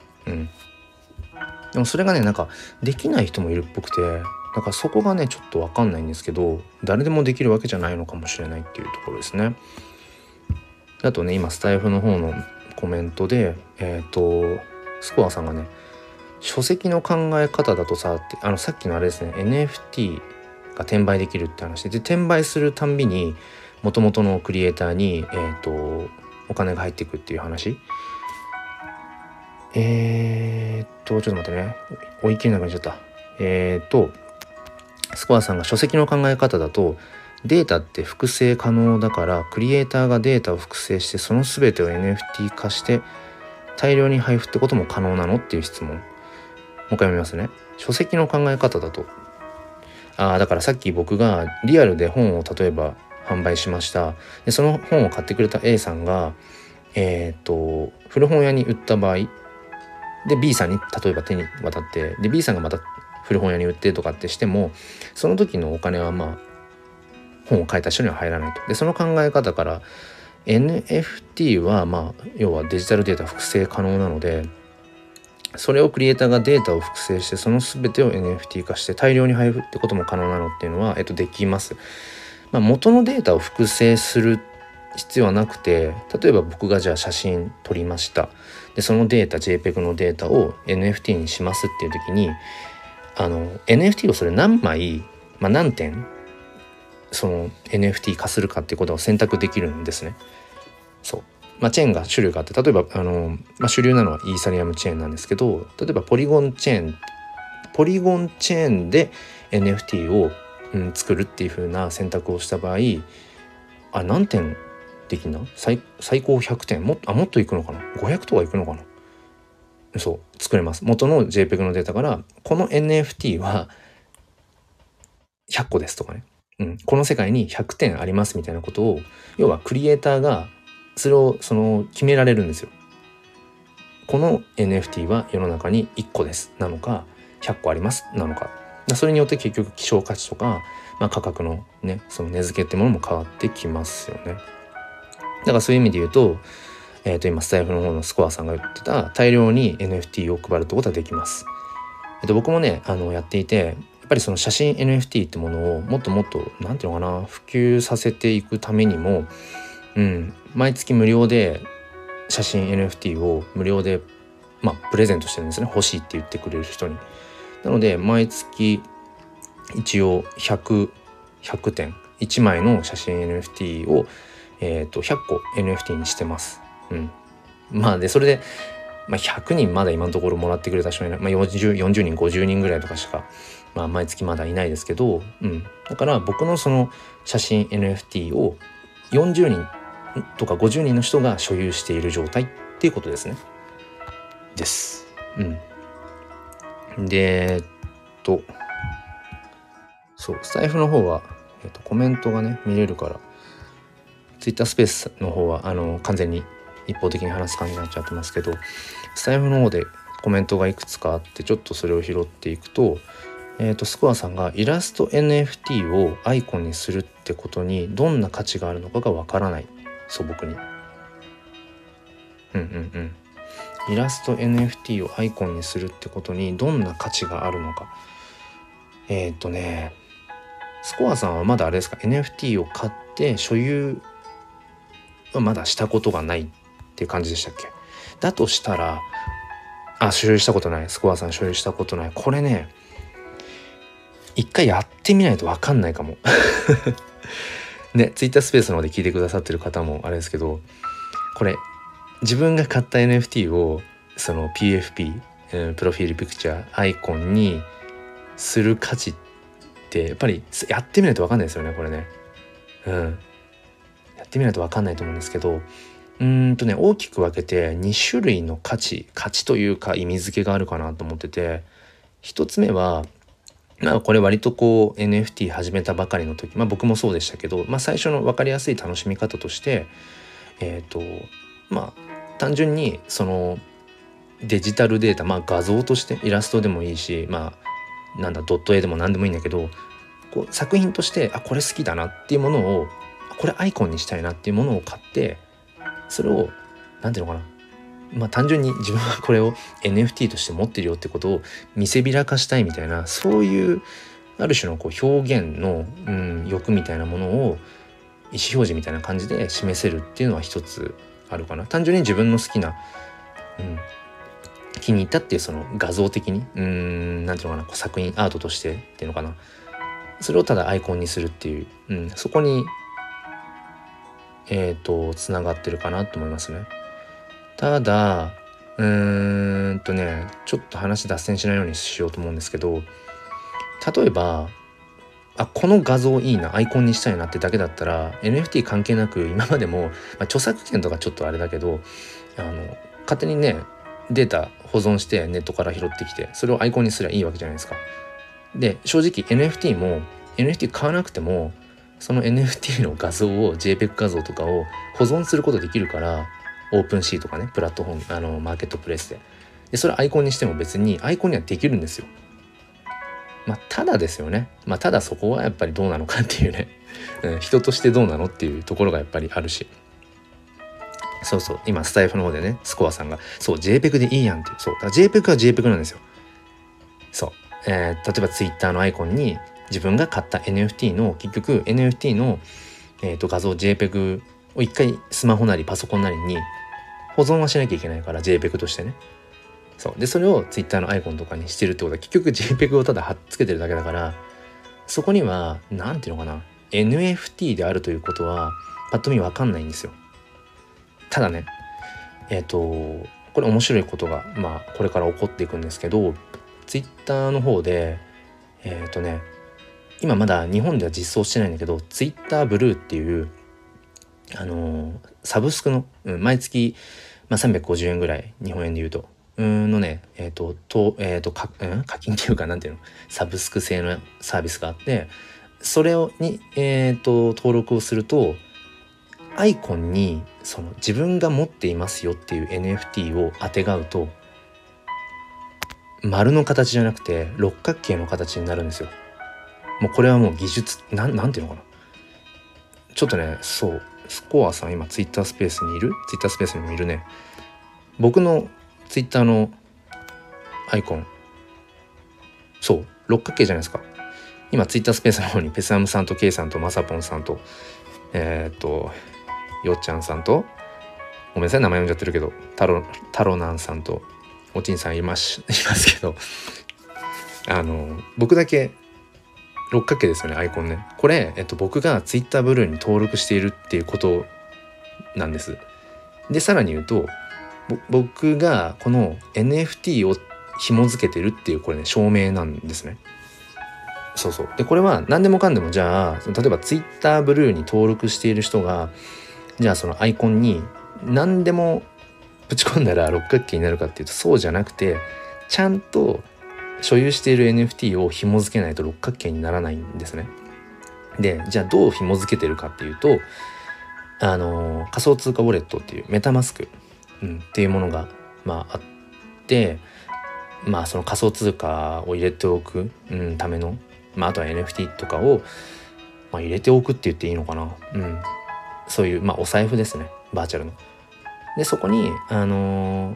S1: でもそれがねなんかできない人もいるっぽくて、だからそこがねちょっと分かんないんですけど、誰でもできるわけじゃないのかもしれないっていうところですね。あとね今スタイフの方のコメントでスコアさんがね、書籍の考え方だとさってさっきのあれですね NFT が転売できるって話で、転売するたんびに元々のクリエイターにお金が入っていくっていう話。ちょっと待ってね、追い切れなくなっちゃった。スコアさんが書籍の考え方だとデータって複製可能だから、クリエイターがデータを複製してその全てを NFT 化して大量に配布ってことも可能なのっていう質問。もう一回読みますね。書籍の考え方だとだからさっき僕がリアルで本を例えば販売しました。でその本を買ってくれた A さんが古本屋に売った場合で B さんに例えば手に渡って、で B さんがまた古本屋に売ってとかってしても、その時のお金は本を買えた人には入らないと。でその考え方から NFT は要はデジタルデータ複製可能なので、それをクリエイターがデータを複製してその全てを NFT 化して大量に配布ってことも可能なのっていうのはできます。元のデータを複製する必要はなくて、例えば僕がじゃあ写真撮りました。でそのデータ JPEG のデータを NFT にしますっていう時にNFT をそれ何枚、何点その NFT 化するかっていうことを選択できるんですね。チェーンが種類があって、例えば主流なのはイーサリアムチェーンなんですけど、例えばポリゴンチェーンポリゴンチェーンで NFT を、作るっていう風な選択をした場合、何点できんな、最高100点、もっといくのかな、500とかいくのかな。そう作れます。元の JPEG のデータからこの NFT は100個ですとかね、この世界に100点ありますみたいなことを、要はクリエイターがそれを決められるんですよ。この NFT は世の中に1個ですなのか100個ありますなのか、それによって結局希少価値とか、価格のねその値付けってものも変わってきますよね。だからそういう意味で言うと、今スタイフの方のスコアさんが言ってた大量に NFT を配るってことはできます。僕もねやっていて、やっぱりその写真 NFT ってものをもっともっとなんていうのかな、普及させていくためにも、毎月無料で写真 NFT を無料でプレゼントしてるんですね、欲しいって言ってくれる人に。なので毎月一応100点1枚の写真 NFT を100個 NFT にしてます。でそれで、100人まだ今のところもらってくれた人いない、40人50人ぐらいとかしか、毎月まだいないですけど、だから僕のその写真 NFT を40人とか50人の人が所有している状態っていうことですね。です。でそうスタイフの方は、コメントがね見れるから、ツイッタースペースの方は完全に一方的に話す感じになっちゃってますけど、スタイフの方でコメントがいくつかあって、ちょっとそれを拾っていくと、スコアさんがイラスト NFT をアイコンにするってことにどんな価値があるのかがわからない、素朴に。イラスト NFT をアイコンにするってことにどんな価値があるのか。スコアさんはまだあれですか、 NFT を買って所有はまだしたことがないっていう感じでしたっけ。だとしたら所有したことない、スコアさん所有したことない、これね一回やってみないと分かんないかもね、ツイッタースペースの方で聞いてくださってる方もあれですけど、これ自分が買った NFT をその PFP、プロフィールピクチャーアイコンにする価値ってやっぱりやってみないと分かんないですよね、これね。やってみないと分かんないと思うんですけど、大きく分けて2種類の価値というか意味付けがあるかなと思ってて、一つ目はこれ割とこう NFT 始めたばかりの時、僕もそうでしたけど、最初の分かりやすい楽しみ方として単純にそのデジタルデータ、画像としてイラストでもいいし、ドット絵でも何でもいいんだけど、こう作品としてこれ好きだなっていうものを、これアイコンにしたいなっていうものを買って、それをなんていうのかな、単純に自分はこれを NFT として持ってるよってことを見せびらかしたいみたいな、そういうある種のこう表現の、欲みたいなものを意思表示みたいな感じで示せるっていうのは一つあるかな。単純に自分の好きな、気に入ったっていうその画像的になんていうのかな、こう作品アートとしてっていうのかな、それをただアイコンにするっていう、そこにつながってるかなと思いますね。ただちょっと話脱線しないようにしようと思うんですけど、例えばこの画像いいな、アイコンにしたいなってだけだったら NFT 関係なく今までも、著作権とかちょっとあれだけど勝手にねデータ保存してネットから拾ってきてそれをアイコンにすればいいわけじゃないですか。で正直 NFT も NFT 買わなくてもその NFT の画像を JPEG 画像とかを保存することできるから、オープンシーとかね、プラットフォームマーケットプレイスでそれアイコンにしても別にアイコンにはできるんですよ。ただですよね、ただそこはやっぱりどうなのかっていうね、人としてどうなのっていうところがやっぱりあるし、そう今スタイフの方でねスコアさんがJPEG でいいやんって、だから JPEG は JPEG なんですよ。例えば Twitter のアイコンに自分が買った NFT の結局 NFT の、画像 JPEG を一回スマホなりパソコンなりに保存はしなきゃいけないから JPEG としてね。でそれを Twitter のアイコンとかにしてるってことは結局 JPEG をただ貼っつけてるだけだから、そこにはなんていうのかな NFT であるということはパッと見わかんないんですよ。ただねこれ面白いことがこれから起こっていくんですけど、 ツイッターの方で今まだ日本では実装してないんだけど、ツイッターブルーっていうサブスクの、毎月、350円ぐらい、日本円で言うとのね課金っていうか、なんていうの、サブスク制のサービスがあって、それに登録をすると、アイコンにその自分が持っていますよっていう NFT をあてがうと、丸の形じゃなくて六角形の形になるんですよ。もうこれはもう技術なんていうのかな、ちょっとね、そうスコアさん今ツイッタースペースにいる？ツイッタースペースにもいるね。僕のツイッターのアイコン、そう六角形じゃないですか。今ツイッタースペースの方にペスアムさんとケイさんとマサポンさんとよっちゃんさんと、ごめんなさい名前読んじゃってるけど、タロナンさんとおちんさんいますけど、僕だけ六角形ですよね、アイコンね。これ、僕がツイッターブルーに登録しているっていうことなんです。でさらに言うと、僕がこの NFT を紐付けてるっていう、これね証明なんですね。そうでこれは何でもかんでも、じゃあ例えばツイッターブルーに登録している人が、じゃあそのアイコンに何でもぶち込んだら六角形になるかっていうと、そうじゃなくて、ちゃんと所有している NFT を紐付けないと六角形にならないんですね。でじゃあどう紐付けてるかっていうと、仮想通貨ウォレットっていうメタマスク、っていうものがあって、その仮想通貨を入れておく、ための、あとは NFT とかを、入れておくって言っていいのかな、そういうお財布ですね、バーチャルの。でそこにウォ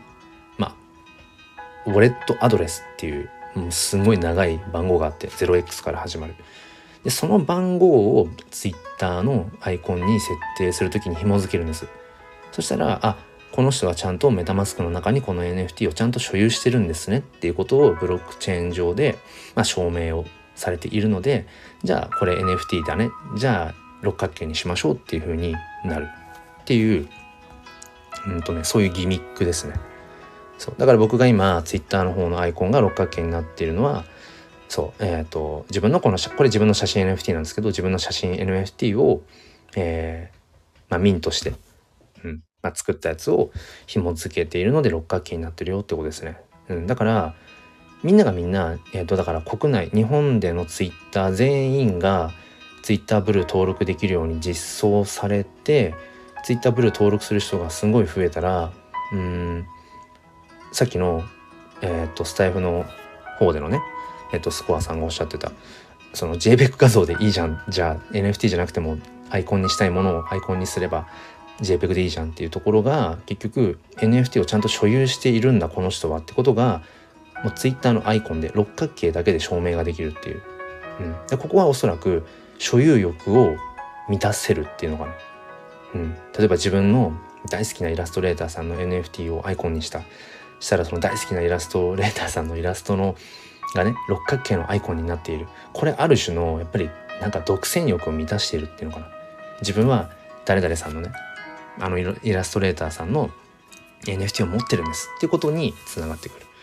S1: レットアドレスっていう、すごい長い番号があって、 0x から始まる。でその番号を Twitter のアイコンに設定するときに紐付けるんです。そしたら、この人はちゃんとメタマスクの中にこの NFT をちゃんと所有してるんですねっていうことをブロックチェーン上で、証明をされているので、じゃあこれ NFT だね、じゃあ六角形にしましょうっていう風になるっていう、そういうギミックですね。そうだから僕が今ツイッターの方のアイコンが六角形になっているのは、自分のこれ自分の写真 NFT なんですけど、自分の写真 NFT を、ミントして、作ったやつを紐付けているので六角形になってるよってことですね。だからみんな、だから国内日本でのツイッター全員がツイッターブルー登録できるように実装されて、ツイッターブルー登録する人がすごい増えたら、さっきの、スタイフの方でのね、スコアさんがおっしゃってた、その JPEG 画像でいいじゃん、じゃあ NFT じゃなくてもアイコンにしたいものをアイコンにすれば JPEG でいいじゃんっていうところが、結局 NFT をちゃんと所有しているんだこの人はってことが、もう Twitter のアイコンで六角形だけで証明ができるっていう、でここはおそらく所有欲を満たせるっていうのかな。例えば自分の大好きなイラストレーターさんの NFT をアイコンにしたら、その大好きなイラストレーターさんのイラストのがね、六角形のアイコンになっている。これある種のやっぱりなんか独占欲を満たしているっていうのかな。自分は誰々さんのね、イラストレーターさんの NFT を持ってるんですっていうことにつながってくる。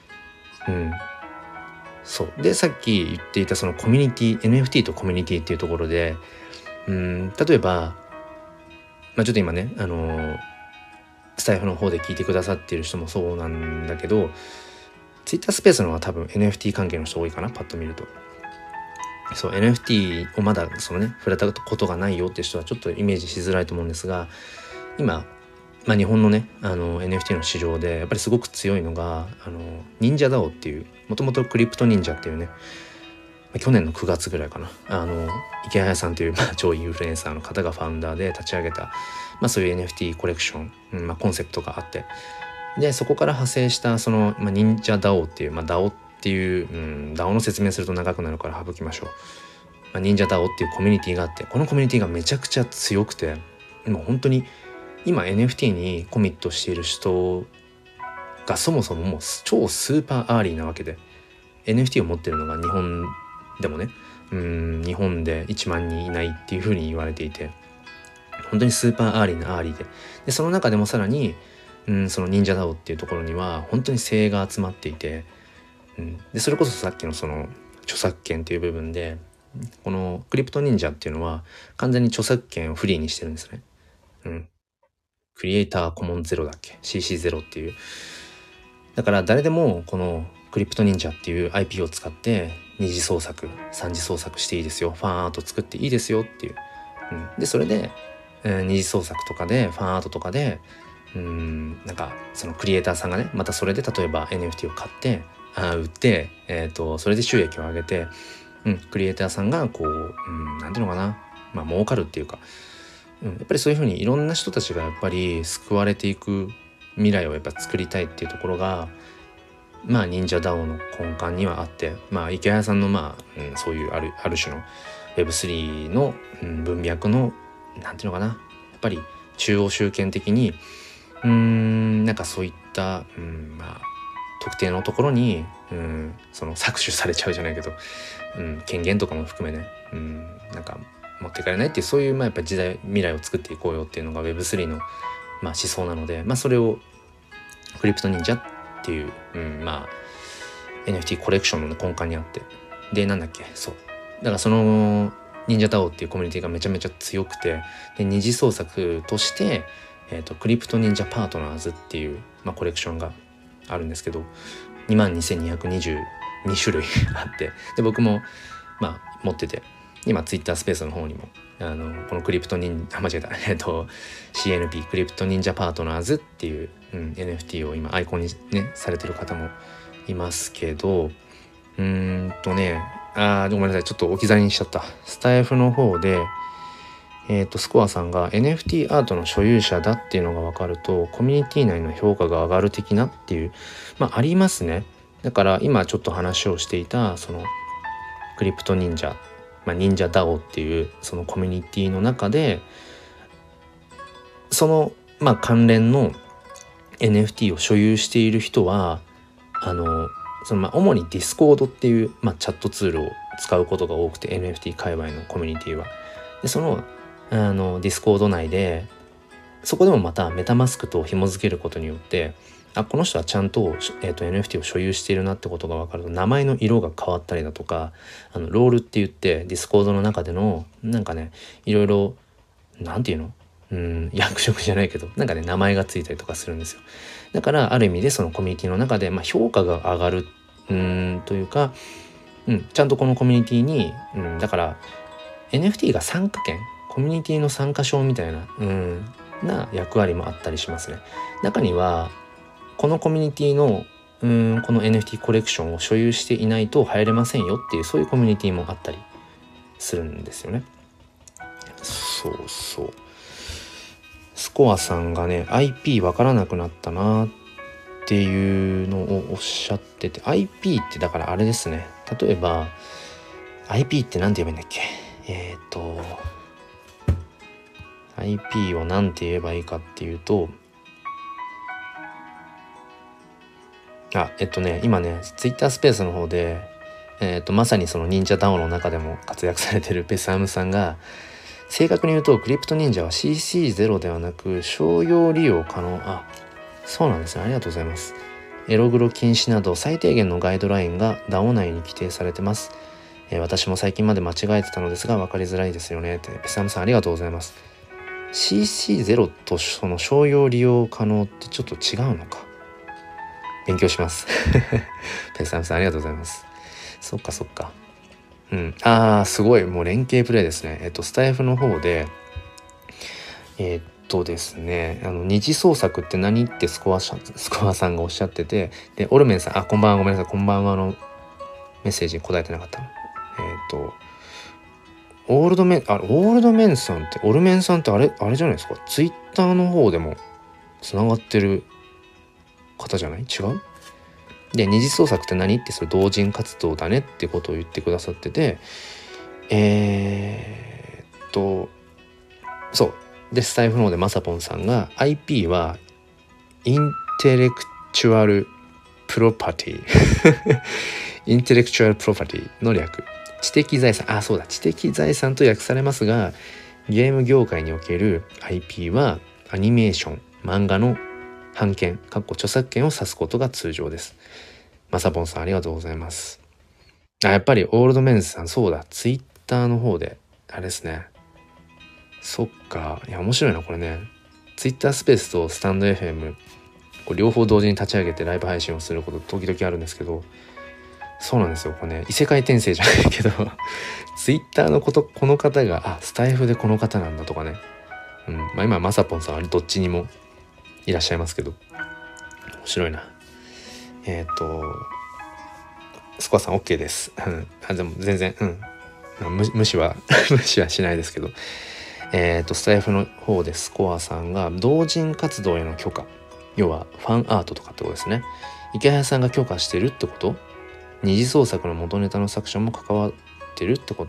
S1: そうで、さっき言っていたそのコミュニティ、 NFT とコミュニティっていうところで、例えばちょっと今ね、スタイフの方で聞いてくださっている人もそうなんだけど、ツイッタースペースの方が多分 NFT 関係の人多いかな、パッと見ると。そう NFT をまだそのね触れたことがないよっていう人はちょっとイメージしづらいと思うんですが、今、日本のねNFT の市場でやっぱりすごく強いのが忍者 DAO っていう、もともとクリプト忍者っていうね、去年の9月ぐらいかな、池谷さんという、超インフルエンサーの方がファウンダーで立ち上げた、そういう NFT コレクション、コンセプトがあって、でそこから派生したその、忍者 DAO っていう、DAO っていう、DAO の説明すると長くなるから省きましょう。忍者 DAO っていうコミュニティがあって、このコミュニティがめちゃくちゃ強くて、もう本当に今 NFT にコミットしている人がそもそももう超スーパーアーリーなわけで、 NFT を持ってるのが日本でもね、日本で1万人いないっていう風に言われていて、本当にスーパーアーリーなアーリーで、その中でもさらに、その忍者 DAO っていうところには本当に精鋭が集まっていて、 でそれこそさっきのその著作権っていう部分でこのクリプト忍者っていうのは完全に著作権をフリーにしてるんですね。クリエイターコモンゼロだっけ CC0 っていう。だから誰でもこのクリプト忍者っていう IP を使って二次創作三次創作していいですよ、ファンアート作っていいですよっていう、でそれで、二次創作とかでファンアートとかでなんかそのクリエイターさんがねまたそれで例えば NFT を買って売って、それで収益を上げて、クリエイターさんがこう、なんていうのかな、儲かるっていうか、やっぱりそういうふうにいろんな人たちがやっぱり救われていく未来をやっぱ作りたいっていうところが忍者 DAO の根幹にはあって、池谷さんのそういうある種の Web3 の、文脈のなんていうのかな、やっぱり中央集権的になんかそういった、特定のところにその搾取されちゃうじゃないけど、権限とかも含めね、なんか持ってかれないっていうそういうやっぱり未来を作っていこうよっていうのが Web3 の思想なので、それをクリプト忍者っていう、NFT コレクションの根幹にあって、でだからその忍者 DAO っていうコミュニティがめちゃめちゃ強くて、で二次創作としてクリプト忍者パートナーズっていう、コレクションがあるんですけど 22,222 種類あって、で僕も持ってて、今ツイッタースペースの方にもこのクリプト忍者CNP クリプト忍者パートナーズっていう、NFT を今アイコンにねされてる方もいますけど、ごめんなさい、ちょっと置き去りにしちゃった。スタイフの方でスコアさんが NFT アートの所有者だっていうのが分かるとコミュニティ内の評価が上がる的なっていうありますね。だから今ちょっと話をしていたそのクリプト忍者、忍者 DAO っていうそのコミュニティの中でその関連の NFT を所有している人はその主にディスコードっていう、チャットツールを使うことが多くて NFT 界隈のコミュニティはでそのディスコード内でそこでもまたメタマスクと紐付けることによってこの人はちゃんと、NFT を所有しているなってことが分かると名前の色が変わったりだとかロールって言ってディスコードの中でのなんかねいろいろなんていうの役職じゃないけどなんかね名前がついたりとかするんですよ。だからある意味でそのコミュニティの中で、評価が上がるというか、ちゃんとこのコミュニティに、だから NFT が参加権コミュニティの参加証みたいな、な役割もあったりしますね。中にはこのコミュニティのこの NFT コレクションを所有していないと入れませんよっていうそういうコミュニティもあったりするんですよね。そうスコアさんがね IP わからなくなったなっていうのをおっしゃってて、 IP ってだからあれですね、例えば IP ってなんて言えばいいんだっけ、IP をなんて言えばいいかっていうと今ねツイッタースペースの方でまさにその忍者 DAO の中でも活躍されてるペサムさんが正確に言うとクリプト忍者は CC0 ではなく商用利用可能。そうなんですね、ありがとうございます。エログロ禁止など最低限のガイドラインが DAO 内に規定されてます。私も最近まで間違えてたのですが分かりづらいですよねって。ペサムさんありがとうございます。 CC0 とその商用利用可能ってちょっと違うのか、勉強しますペサムさんありがとうございます。そっかすごいもう連携プレイですね。スタイフの方でですね二次創作って何ってスコアさんがおっしゃってて、でオルメンさんこんばんは、ごめんなさい、こんばんはのメッセージに答えてなかった。オールドメンさんってオルメンさんってあれじゃないですか、ツイッターの方でもつながってる方じゃない？違う？で二次創作って何ってそれ同人活動だねってことを言ってくださっててそうでスタイフの方でマサポンさんが IP はインテレクチュアルプロパティインテレクチュアルプロパティの略、知的財産知的財産と訳されますがゲーム業界における IP はアニメーション漫画の版権著作権を指すことが通常です。 まさぽんさんありがとうございます。やっぱりオールドメンズさん、そうだ、ツイッターの方であれですね。そっか、いや面白いなこれね。ツイッタースペースとスタンド FM こう両方同時に立ち上げてライブ配信をすること時々あるんですけど、そうなんですよ。これね、異世界転生じゃないけどツイッターのこの方がスタイフでこの方なんだとかね。今まさぽんさんはどっちにもいらっしゃいますけど、面白いな。スコアさん OK です。でも全然無視は無視はしないですけど、スタイフの方でスコアさんが同人活動への許可、要はファンアートとかってことですね。池早さんが許可してるってこと？二次創作の元ネタの作者も関わってるってこと？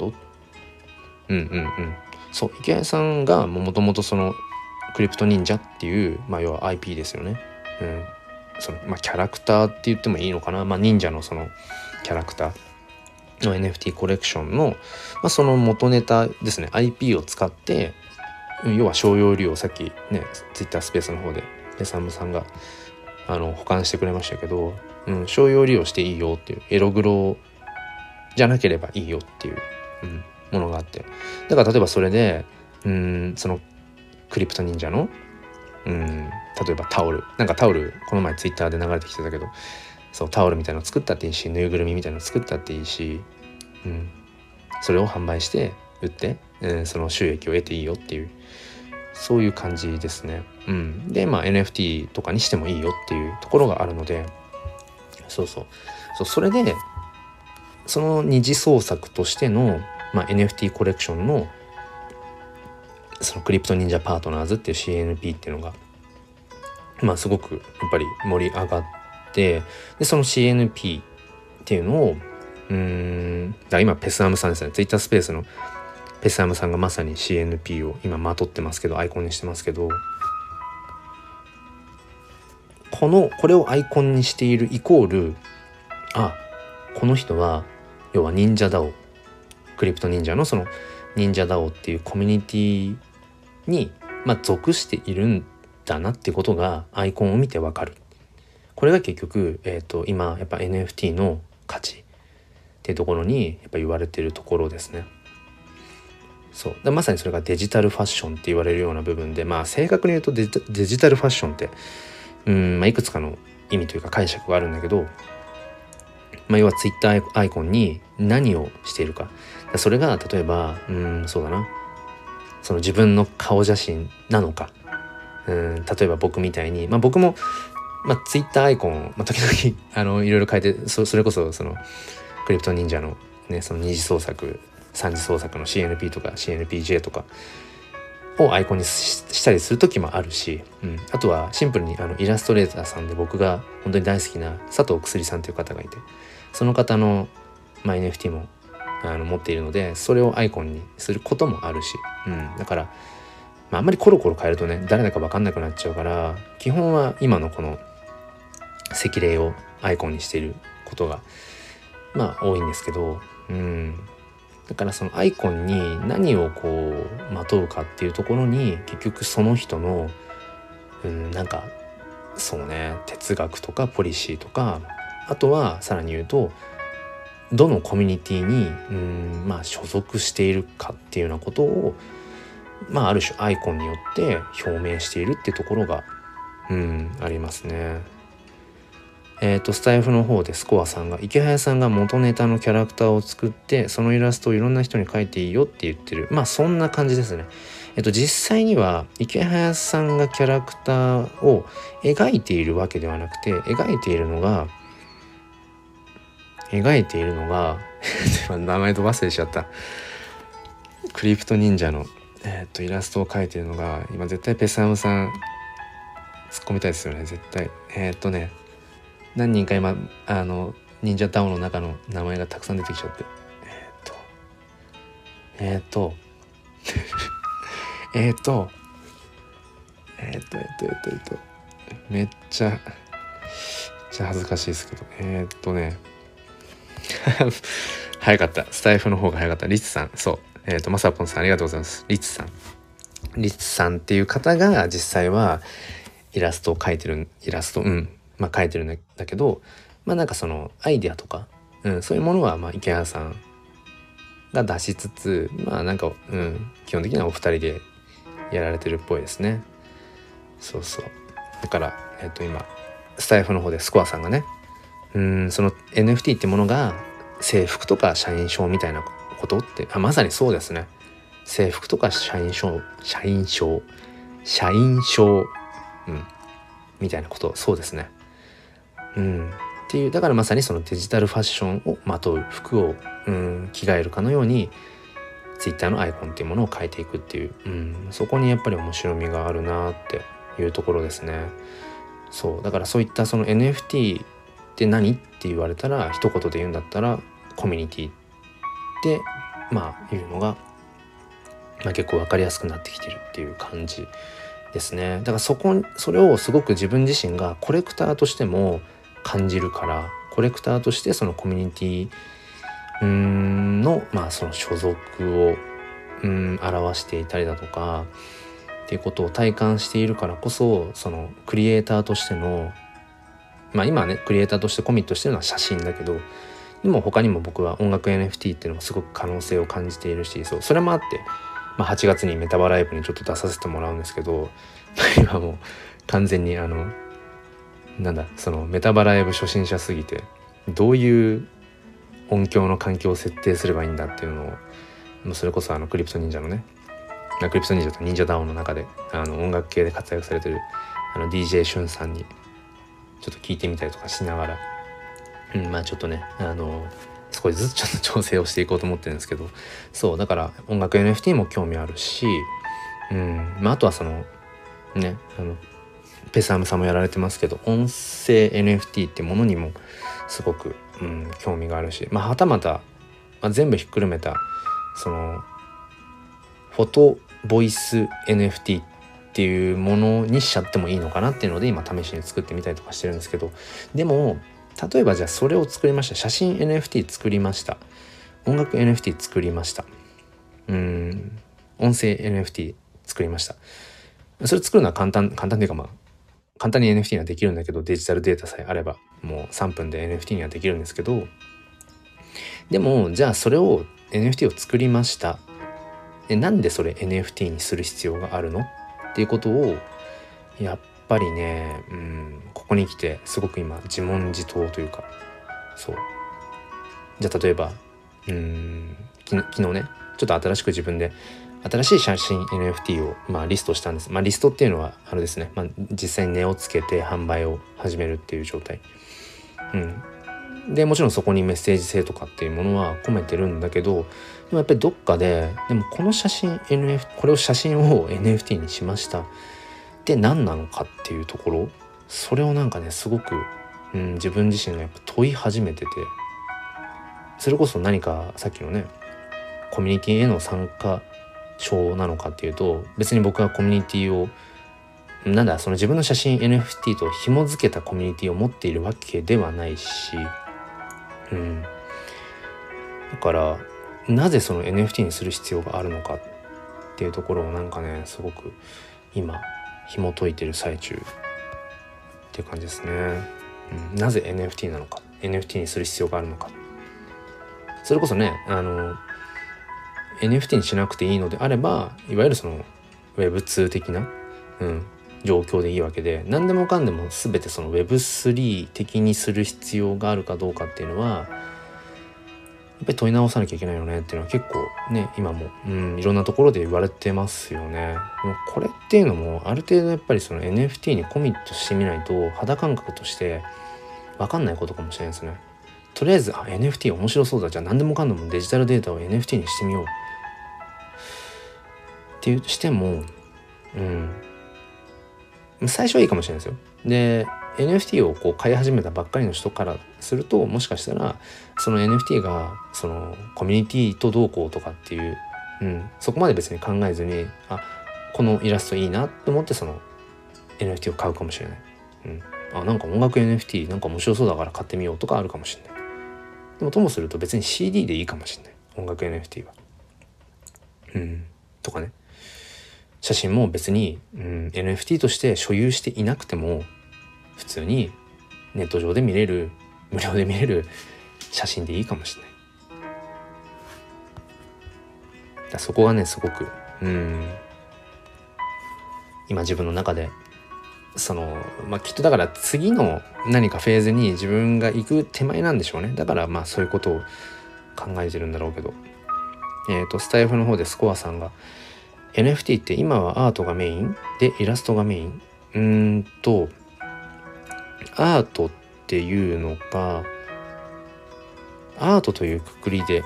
S1: そう、池早さんがもともとそのクリプト忍者っていう、要は IP ですよね。そのキャラクターって言ってもいいのかな。忍者のそのキャラクターの NFT コレクションの、その元ネタですね。 IP を使って、要は商用利用、さっきね Twitter スペースの方でペサムさんが保管してくれましたけど、商用利用していいよっていう、エログロじゃなければいいよっていう、ものがあって、だから例えばそれでそのクリプト忍者の例えばタオルこの前ツイッターで流れてきてたけど、そうタオルみたいなの作ったっていいし、ぬいぐるみみたいなの作ったっていいし、それを販売して売って、その収益を得ていいよっていう、そういう感じですね。でNFT とかにしてもいいよっていうところがあるので、それでその二次創作としての、NFT コレクションのそのクリプト忍者パートナーズっていう CNP っていうのがすごくやっぱり盛り上がって、でその CNP っていうのを今ペスアムさんですね、ツイッタースペースのペスアムさんがまさに CNP を今まとってますけど、アイコンにしてますけど、これをアイコンにしているイコール、この人は要は忍者ダオ、クリプト忍者のその忍者ダオっていうコミュニティに属しているんだなってことがアイコンを見てわかる。これが結局、今やっぱ NFT の価値っていうところにやっぱ言われてるところですね。そうまさにそれがデジタルファッションって言われるような部分で、正確に言うとデジタルファッションっていくつかの意味というか解釈があるんだけど、要はツイッターアイコンに何をしているか、それが例えばそうだな、その自分の顔写真なのか、例えば僕みたいに、僕もツイッターアイコン時々いろいろ変えて、それこそそのクリプト忍者のね、その二次創作三次創作の CNP とか CNPJ とかをアイコンにしたりする時もあるし、あとはシンプルにイラストレーターさんで僕が本当に大好きな佐藤くすりさんという方がいて、その方の、NFT も持っているので、それをアイコンにすることもあるし、だから、あんまりコロコロ変えるとね誰だか分かんなくなっちゃうから、基本は今のこの赤霊をアイコンにしていることが多いんですけど、だからそのアイコンに何をこうまとうかっていうところに結局その人のそうね、哲学とかポリシーとか、あとはさらに言うとどのコミュニティに所属しているかっていうようなことをある種アイコンによって表明しているっていうところがありますね。スタイフの方でスコアさんが池早さんが元ネタのキャラクターを作ってそのイラストをいろんな人に描いていいよって言ってる、そんな感じですね。実際には池早さんがキャラクターを描いているわけではなくて、描いているのが名前と忘れちゃった、クリプト忍者の、イラストを描いているのが、今絶対ペサムさん突っ込みたいですよね絶対。何人か今忍者ダオの中の名前がたくさん出てきちゃってめっちゃ恥ずかしいですけど早かった、スタイフの方が早かった。リツさん、そうまさぽんさんありがとうございます。リツさんっていう方が実際はイラストを描いてる描いてるんだけど、 なんかそのアイデアとか、そういうものは池原さんが出しつつ、なんか、基本的にはお二人でやられてるっぽいですね。そうそう。だから、今スタイフの方でスコアさんがね、その NFT ってものが制服とか社員証みたいなことって、まさにそうですね。制服とか社員証、みたいなこと、そうですね。っていう、だからまさにそのデジタルファッションをまとう、服を着替えるかのようにツイッターのアイコンっていうものを変えていくっていう、そこにやっぱり面白みがあるなっていうところですね。そうだからそういったその NFT って何って言われたら、一言で言うんだったらコミュニティっていうのが、結構分かりやすくなってきてるっていう感じですね。だからそれをすごく自分自身がコレクターとしても感じるから、コレクターとしてそのコミュニティのその所属を表していたりだとかっていうことを体感しているからこそ、そのクリエイターとしての今はねクリエイターとしてコミットしてるのは写真だけど、でも他にも僕は音楽 NFT っていうのもすごく可能性を感じているし、それもあって、8月にメタバライブにちょっと出させてもらうんですけど、今もう完全にそのメタバライブ初心者すぎて、どういう音響の環境を設定すればいいんだっていうのを、もうそれこそクリプト忍者のね、クリプト忍者と忍者ダウンの中で音楽系で活躍されてるDJ シュンさんにちょっと聞いてみたりとかしながら、ちょっとね少しずつちょっと調整をしていこうと思ってるんですけど、そうだから音楽 NFT も興味あるし、あとはそのねペサムさんもやられてますけど、音声 NFT ってものにもすごく、興味があるし、はたまた、全部ひっくるめたそのフォトボイス NFT っていうものにしちゃってもいいのかなっていうので今試しに作ってみたりとかしてるんですけど、でも例えばじゃあそれを作りました、写真 NFT 作りました、音楽 NFT 作りました、音声 NFT 作りました。それ作るのは簡単っていうか簡単に NFT にはできるんだけど、デジタルデータさえあればもう3分で NFT にはできるんですけど、でもじゃあそれを NFT を作りました、なんでそれ NFT にする必要があるのっていうことをやっぱりね、ここに来てすごく今自問自答というか、そうじゃあ例えば昨日ねちょっと新しく自分で新しい写真 NFT をリストしたんです。リストっていうのはあれですね、実際に値をつけて販売を始めるっていう状態、でもちろんそこにメッセージ性とかっていうものは込めてるんだけど、でもやっぱりどっかででもこの写真 これを写真を NFT にしましたで何なのかっていうところ、それをなんかねすごく、自分自身がやっぱ問い始めてて、それこそ何かさっきのねコミュニティへの参加症なのかっていうと、別に僕はコミュニティをその自分の写真 NFT と紐付けたコミュニティを持っているわけではないし、だからなぜその NFT にする必要があるのかっていうところをなんかねすごく今紐解いてる最中っていう感じですね。なぜ NFT なのか、 NFT にする必要があるのか、それこそねNFT にしなくていいのであれば、いわゆるその Web2 的な、状況でいいわけで、何でもかんでも全てその Web3 的にする必要があるかどうかっていうのはやっぱり問い直さなきゃいけないよねっていうのは結構ね今も、いろんなところで言われてますよね。もうこれっていうのもある程度やっぱりその NFT にコミットしてみないと肌感覚として分かんないことかもしれないですね。とりあえずNFT 面白そうだ、じゃあ何でもかんでもデジタルデータを NFT にしてみようっていうしても、最初はいいかもしれないですよ。で NFT をこう買い始めたばっかりの人からすると、もしかしたらその NFT がそのコミュニティとどうこうとかっていう、そこまで別に考えずに、このイラストいいなと思ってその NFT を買うかもしれない。なんか音楽 NFT なんか面白そうだから買ってみようとかあるかもしれない。でもともすると別に CD でいいかもしれない、音楽 NFT は。とかね。写真も別に、NFT として所有していなくても普通にネット上で見れる無料で見れる写真でいいかもしれない。そこがねすごく今自分の中できっとだから次の何かフェーズに自分が行く手前なんでしょうね。だからそういうことを考えてるんだろうけど、スタイフの方でスコアさんが NFT って今はアートがメインでイラストがメインアートっていうのかアートというくくりで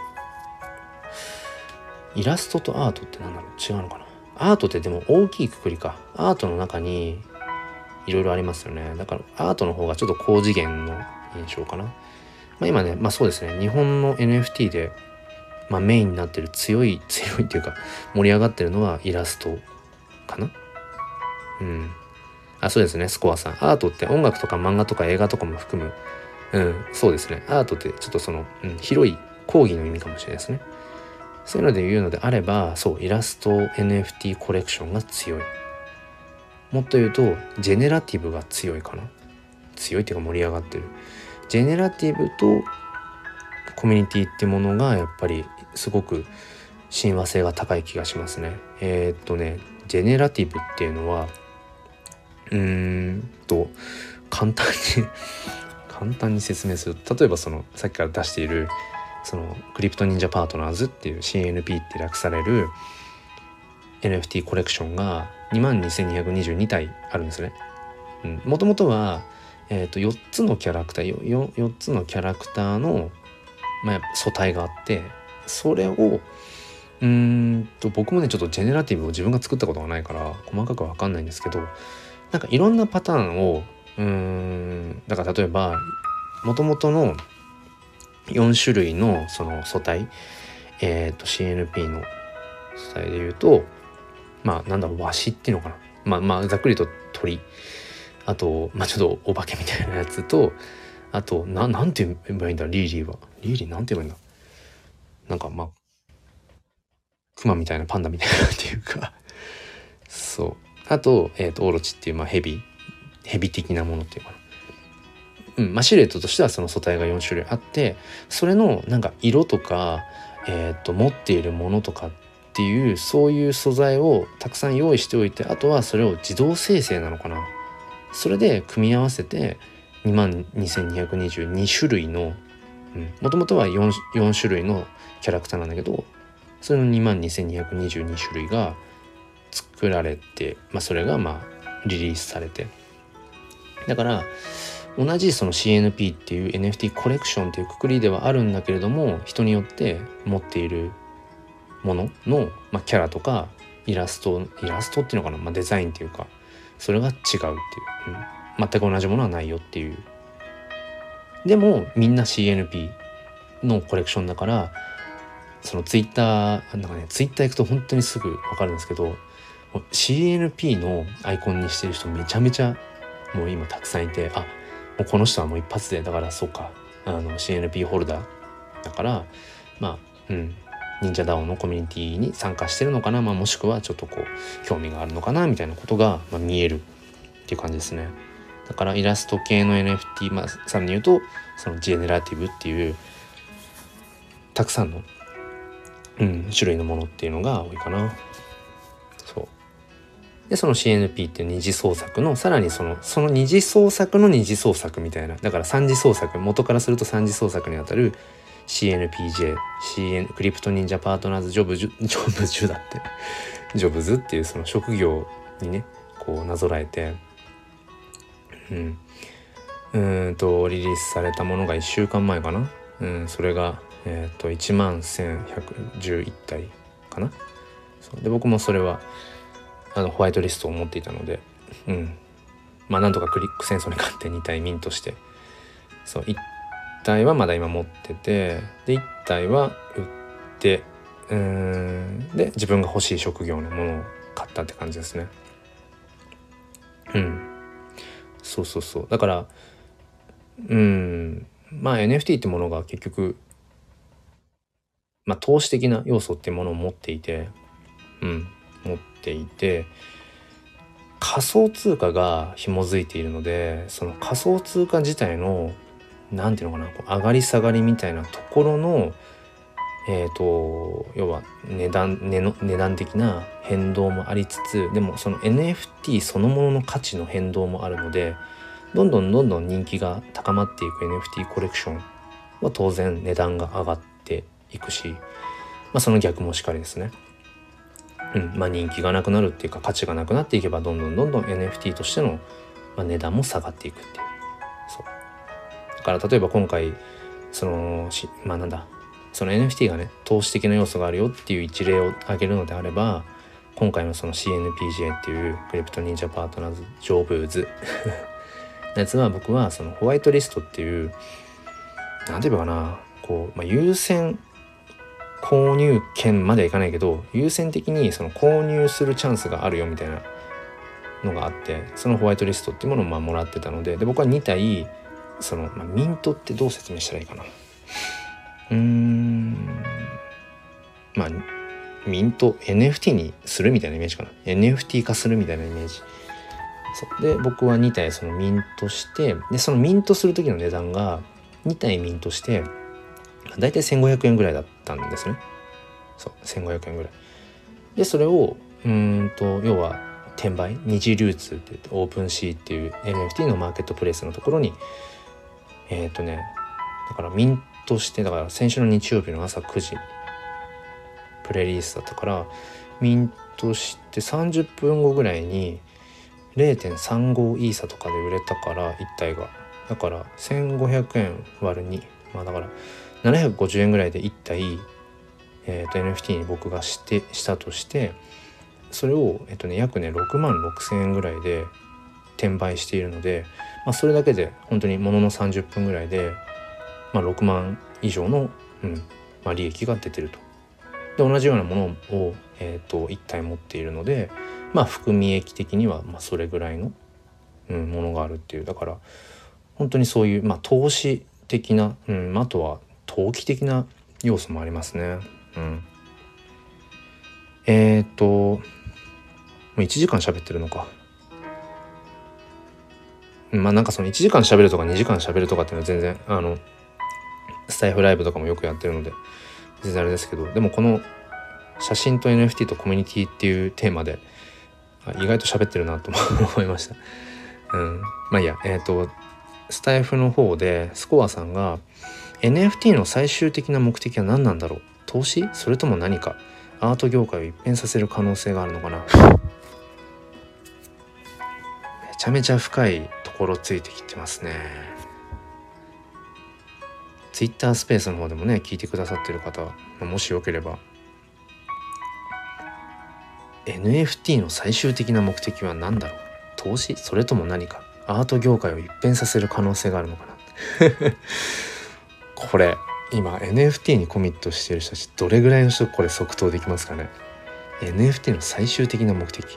S1: イラストとアートって何だろう違うのかな。アートってでも大きいくくりか。アートの中にいろいろありますよね。だからアートの方がちょっと高次元の印象かな。今ねそうですね日本の NFT でメインになってる強いっていうか盛り上がってるのはイラストかな。そうですねスコアさんアートって音楽とか漫画とか映画とかも含むそうですねアートってちょっと広い講義の意味かもしれないですね。そういうので言うのであればそうイラスト NFT コレクションが強い。もっと言うとジェネラティブが強いかな。強いっていうか盛り上がってる。ジェネラティブとコミュニティってものがやっぱりすごく親和性が高い気がしますね。ジェネラティブっていうのは簡単に説明すると例えばさっきから出しているクリプト忍者パートナーズっていう CNP って略される NFT コレクションが 22,222 体あるんですね。もともとは、4つのキャラクター4つのキャラクターの、素体があってそれを僕もねちょっとジェネラティブを自分が作ったことがないから細かくは分かんないんですけどなんかいろんなパターンをだから例えばもともとの4種類のその素体CNP の素体で言うとワシっていうのかなざっくりと鳥あとちょっとお化けみたいなやつとあとなんて言えばいいんだリーリーなんて言えばいいんだなんかクマみたいなパンダみたいなっていうかそうあとオロチっていうヘビ的なものっていうかなシルエットとしてはその素体が4種類あってそれのなんか色とか持っているものとかっていうそういう素材をたくさん用意しておいてあとはそれを自動生成なのかなそれで組み合わせて 22,222 種類のもともとは 4種類のキャラクターなんだけどそれの 22,222 種類が作られてそれがリリースされてだから同じその CNP っていう NFT コレクションっていうくくりではあるんだけれども人によって持っているものの、キャラとかイラストっていうのかな、デザインっていうかそれが違うっていう、全く同じものはないよっていうでもみんな CNP のコレクションだからそのツイッター行くと本当にすぐ分かるんですけど CNP のアイコンにしてる人めちゃめちゃもう今たくさんいてもうこの人はもう一発でだからそうかCNP ホルダーだから忍者 DAO のコミュニティに参加してるのかな、もしくはちょっと興味があるのかなみたいなことが、見えるっていう感じですね。だからイラスト系の NFT、さらに言うとそのジェネラティブっていうたくさんの、種類のものっていうのが多いかな。そうでその CNP っていう二次創作のさらにその二次創作の二次創作みたいなだから三次創作元からすると三次創作にあたる CNPJ クリプト忍者パートナーズジョブズっていうその職業にねなぞらえてリリースされたものが1週間前かな、それが11,111体かな。そうで僕もそれはホワイトリストを持っていたので、なんとかクリック戦争に勝って2体ミントしてそう1体はまだ今持っててで1体は売ってで自分が欲しい職業のものを買ったって感じですね。そうだからNFT ってものが結局投資的な要素っていうものを持っていて仮想通貨が紐づいているのでその仮想通貨自体のなんていうのかな、こう上がり下がりみたいなところの要は値段的な変動もありつつ、でもその NFT そのものの価値の変動もあるので、どんどん人気が高まっていく NFT コレクションは当然値段が上がっていくし、その逆もしかりですね。人気がなくなるっていうか、価値がなくなっていけばどんどん NFT としての、値段も下がっていくっていう。そうだから例えば今回そのその NFT がね投資的な要素があるよっていう一例を挙げるのであれば、今回のその CNPJ っていうクリプト忍者パートナーズジョーブーズのやつは、僕はそのホワイトリストっていう、なんて言えばかな、こう、優先購入権まではいかないけど、優先的にその購入するチャンスがあるよみたいなのがあって、そのホワイトリストっていうものをもらってたので、僕は2体その、ミントってどう説明したらいいかな、ミント NFT にするみたいなイメージかな、 NFT 化するみたいなイメージ。そうで、僕は2体そのミントして、でそのミントする時の値段が2体ミントしてだいたい1500円ぐらいだったんですね。そう1500円ぐらいで、それを要は転売、二次流通って言ってオープンシーっていう NFT のマーケットプレイスのところにだからミントして、だから先週の日曜日の朝9時プレリースだったから、ミントして30分後ぐらいに 0.35 イーサとかで売れたから、1体がだから1500円割る2、だから750円ぐらいで1体、NFT に僕がしたとして、それを、約6万6千円ぐらいで転売しているので、それだけで本当にものの30分ぐらいで、6万以上の、利益が出てると。で同じようなものを、1体持っているので、含み益的にはそれぐらいの、ものがあるっていう。だから本当にそういう、投資的な、あとは投機的な要素もありますね。もう1時間喋ってるのか。なんかその1時間喋るとか2時間喋るとかっていうのは全然スタイフライブとかもよくやってるので全然あれですけど、でもこの写真と NFT とコミュニティっていうテーマで意外と喋ってるなと思いました。いやスタイフの方でスコアさんが NFT の最終的な目的は何なんだろう、投資それとも何かアート業界を一変させる可能性があるのかな。めちゃめちゃ深いところついてきてますね。ツイッタースペースの方でもね聞いてくださってる方、もしよければ NFT の最終的な目的は何だろう、投資それとも何かアート業界を一変させる可能性があるのかなこれ今 NFT にコミットしている人たちどれぐらいの人これ即答できますかね。 NFT の最終的な目的、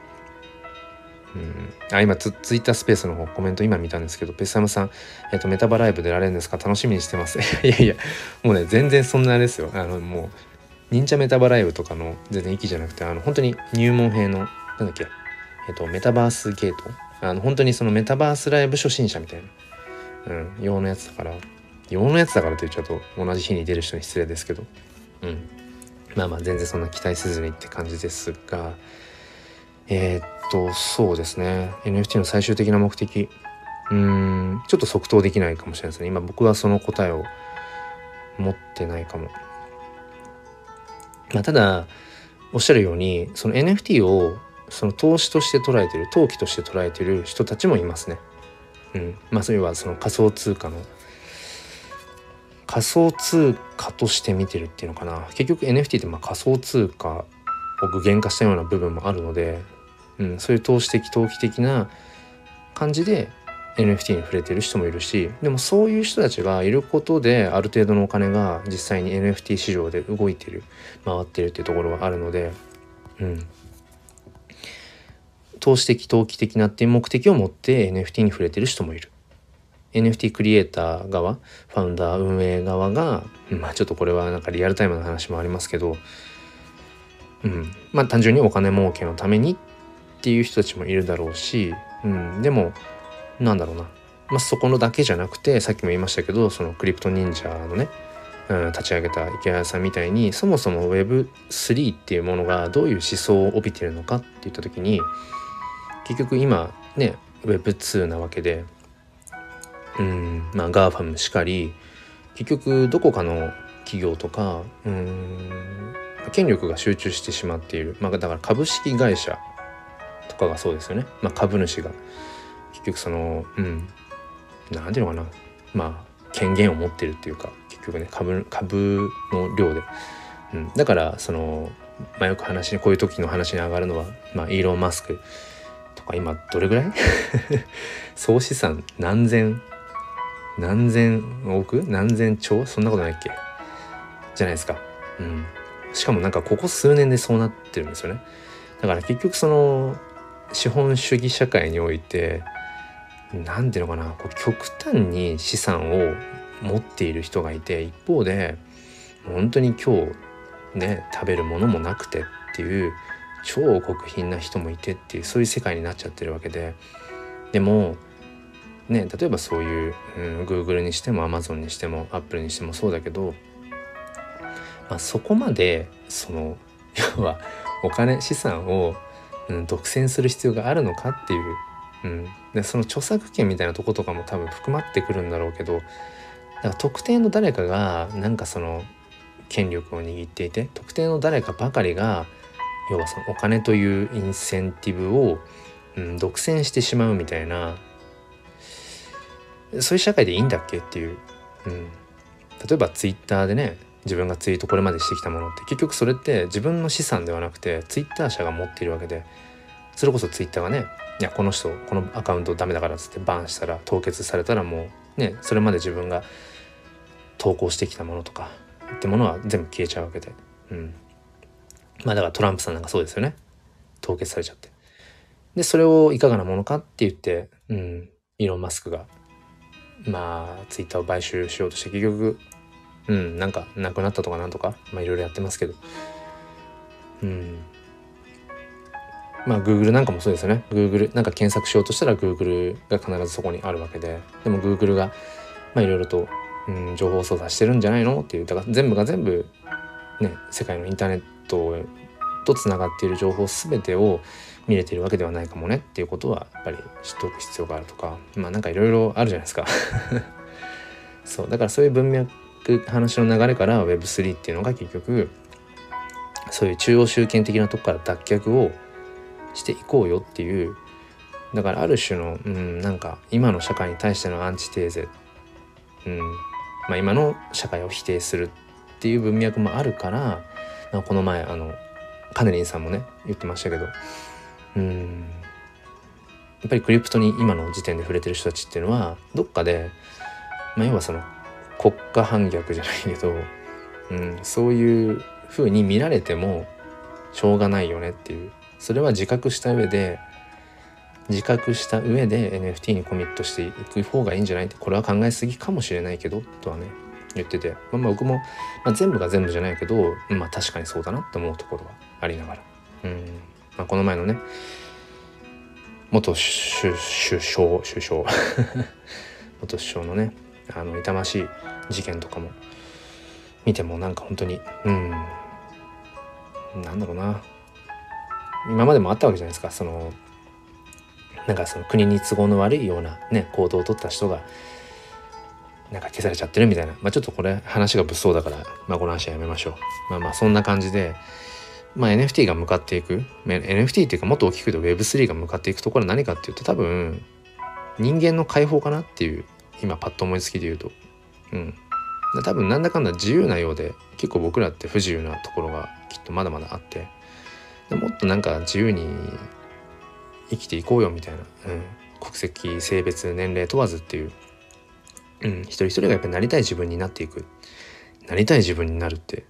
S1: 今ツイッタースペースの方コメント今見たんですけど、ペッサムさん、メタバライブ出られるんですか、楽しみにしてますいやいやもうね全然そんなあれですよ、もう忍者メタバライブとかの全然息じゃなくて、本当に入門編のなんだっけメタバースゲート、本当にそのメタバースライブ初心者みたいな、用のやつだからと言っちゃうと同じ日に出る人に失礼ですけど、全然そんな期待せずにって感じですが、そうですね NFT の最終的な目的、ちょっと即答できないかもしれないですね。今僕はその答えを持ってないかも。ただおっしゃるようにその NFT をその投資として捉えている、投機として捉えている人たちもいますね。そういうはその仮想通貨として見てるっていうのかな。結局 NFT って仮想通貨を具現化したような部分もあるので、そういう投機的な感じで NFT に触れてる人もいるし、でもそういう人たちがいることである程度のお金が実際に NFT 市場で動いてる、回ってるっていうところがあるので、投機的なっていう目的を持って NFT に触れてる人もいる。NFT クリエイター側、ファウンダー運営側が、ちょっとこれはなんかリアルタイムの話もありますけど、単純にお金儲けのためにっていう人たちもいるだろうし、でもなんだろうな、 そこのだけじゃなくて、さっきも言いましたけど、そのクリプト忍者のね、立ち上げた池谷さんみたいに、そもそも Web3 っていうものがどういう思想を帯びてるのかって言った時に、結局今ね Web2 なわけで、GAFAM しかり、結局どこかの企業とか権力が集中してしまっている、だから株式会社とかがそうですよね。株主が結局そのなんていうのかな、権限を持ってるっていうか、結局ね株の量で、だからその、よくこういう時の話に上がるのは、イーロン・マスクとか今どれぐらい総資産何千億何千兆、そんなことないっけじゃないですか。しかもなんかここ数年でそうなってるんですよね。だから結局その資本主義社会において、なんていうのかな、極端に資産を持っている人がいて、一方で本当に今日ね食べるものもなくてっていう超極貧な人もいてっていう、そういう世界になっちゃってるわけで、でもね、例えばそういう、Google にしても Amazon にしても Apple にしてもそうだけど、そこまでその要は資産を、独占する必要があるのかっていう、でその著作権みたいなとことかも多分含まってくるんだろうけど、だから特定の誰かがなんかその権力を握っていて、特定の誰かばかりが要はそのお金というインセンティブを、独占してしまうみたいな、そういう社会でいいんだっけっていう、例えばツイッターでね、自分がツイートこれまでしてきたものって結局それって自分の資産ではなくてツイッター社が持っているわけで、それこそツイッターがね、いやこのアカウントダメだからっつってバンしたら、凍結されたらもうね、それまで自分が投稿してきたものとかってものは全部消えちゃうわけで、だからトランプさんなんかそうですよね。凍結されちゃって、でそれをいかがなものかって言って、イーロン・マスクがツイッターを買収しようとして、結局なんかなくなったとかなんとかいろいろやってますけど、Google なんかもそうですよね。Google なんか検索しようとしたら Google が必ずそこにあるわけで、でも Google がいろいろと、情報操作してるんじゃないのっていう、だから全部が全部ね、世界のインターネットとつながっている情報全てを見れているわけではないかもねっていうことはやっぱり知っておく必要があるとか、なんかいろいろあるじゃないですかそうだからそういう文脈、話の流れから Web3 っていうのが結局そういう中央集権的なとこから脱却をしていこうよっていう、だからある種の、なんか今の社会に対してのアンチテーゼ、今の社会を否定するっていう文脈もあるから、この前カネリンさんもね言ってましたけど、やっぱりクリプトに今の時点で触れてる人たちっていうのはどっかで、要はその国家反逆じゃないけど、そういう風に見られてもしょうがないよねっていう、それは自覚した上で NFT にコミットしていく方がいいんじゃないって、これは考えすぎかもしれないけどとはね言ってて、僕も、全部が全部じゃないけど、確かにそうだなって思うところはありながら、この前のね元首相元首相のね痛ましい事件とかも見ても、なんか本当になんだろうな、今までもあったわけじゃないですか。なんかその国に都合の悪いようなね行動を取った人がなんか消されちゃってるみたいな、ちょっとこれ話が物騒だから、この話はやめましょう。そんな感じで、NFT が向かっていく、NFT っていうかもっと大きく言うと Web3 が向かっていくところは何かっていうと、多分人間の解放かなっていう、今パッと思いつきで言うと、多分なんだかんだ自由なようで、結構僕らって不自由なところがきっとまだまだあって、でもっとなんか自由に生きていこうよみたいな、国籍性別年齢問わずっていう、一人一人がやっぱりなりたい自分になっていく、なりたい自分になるって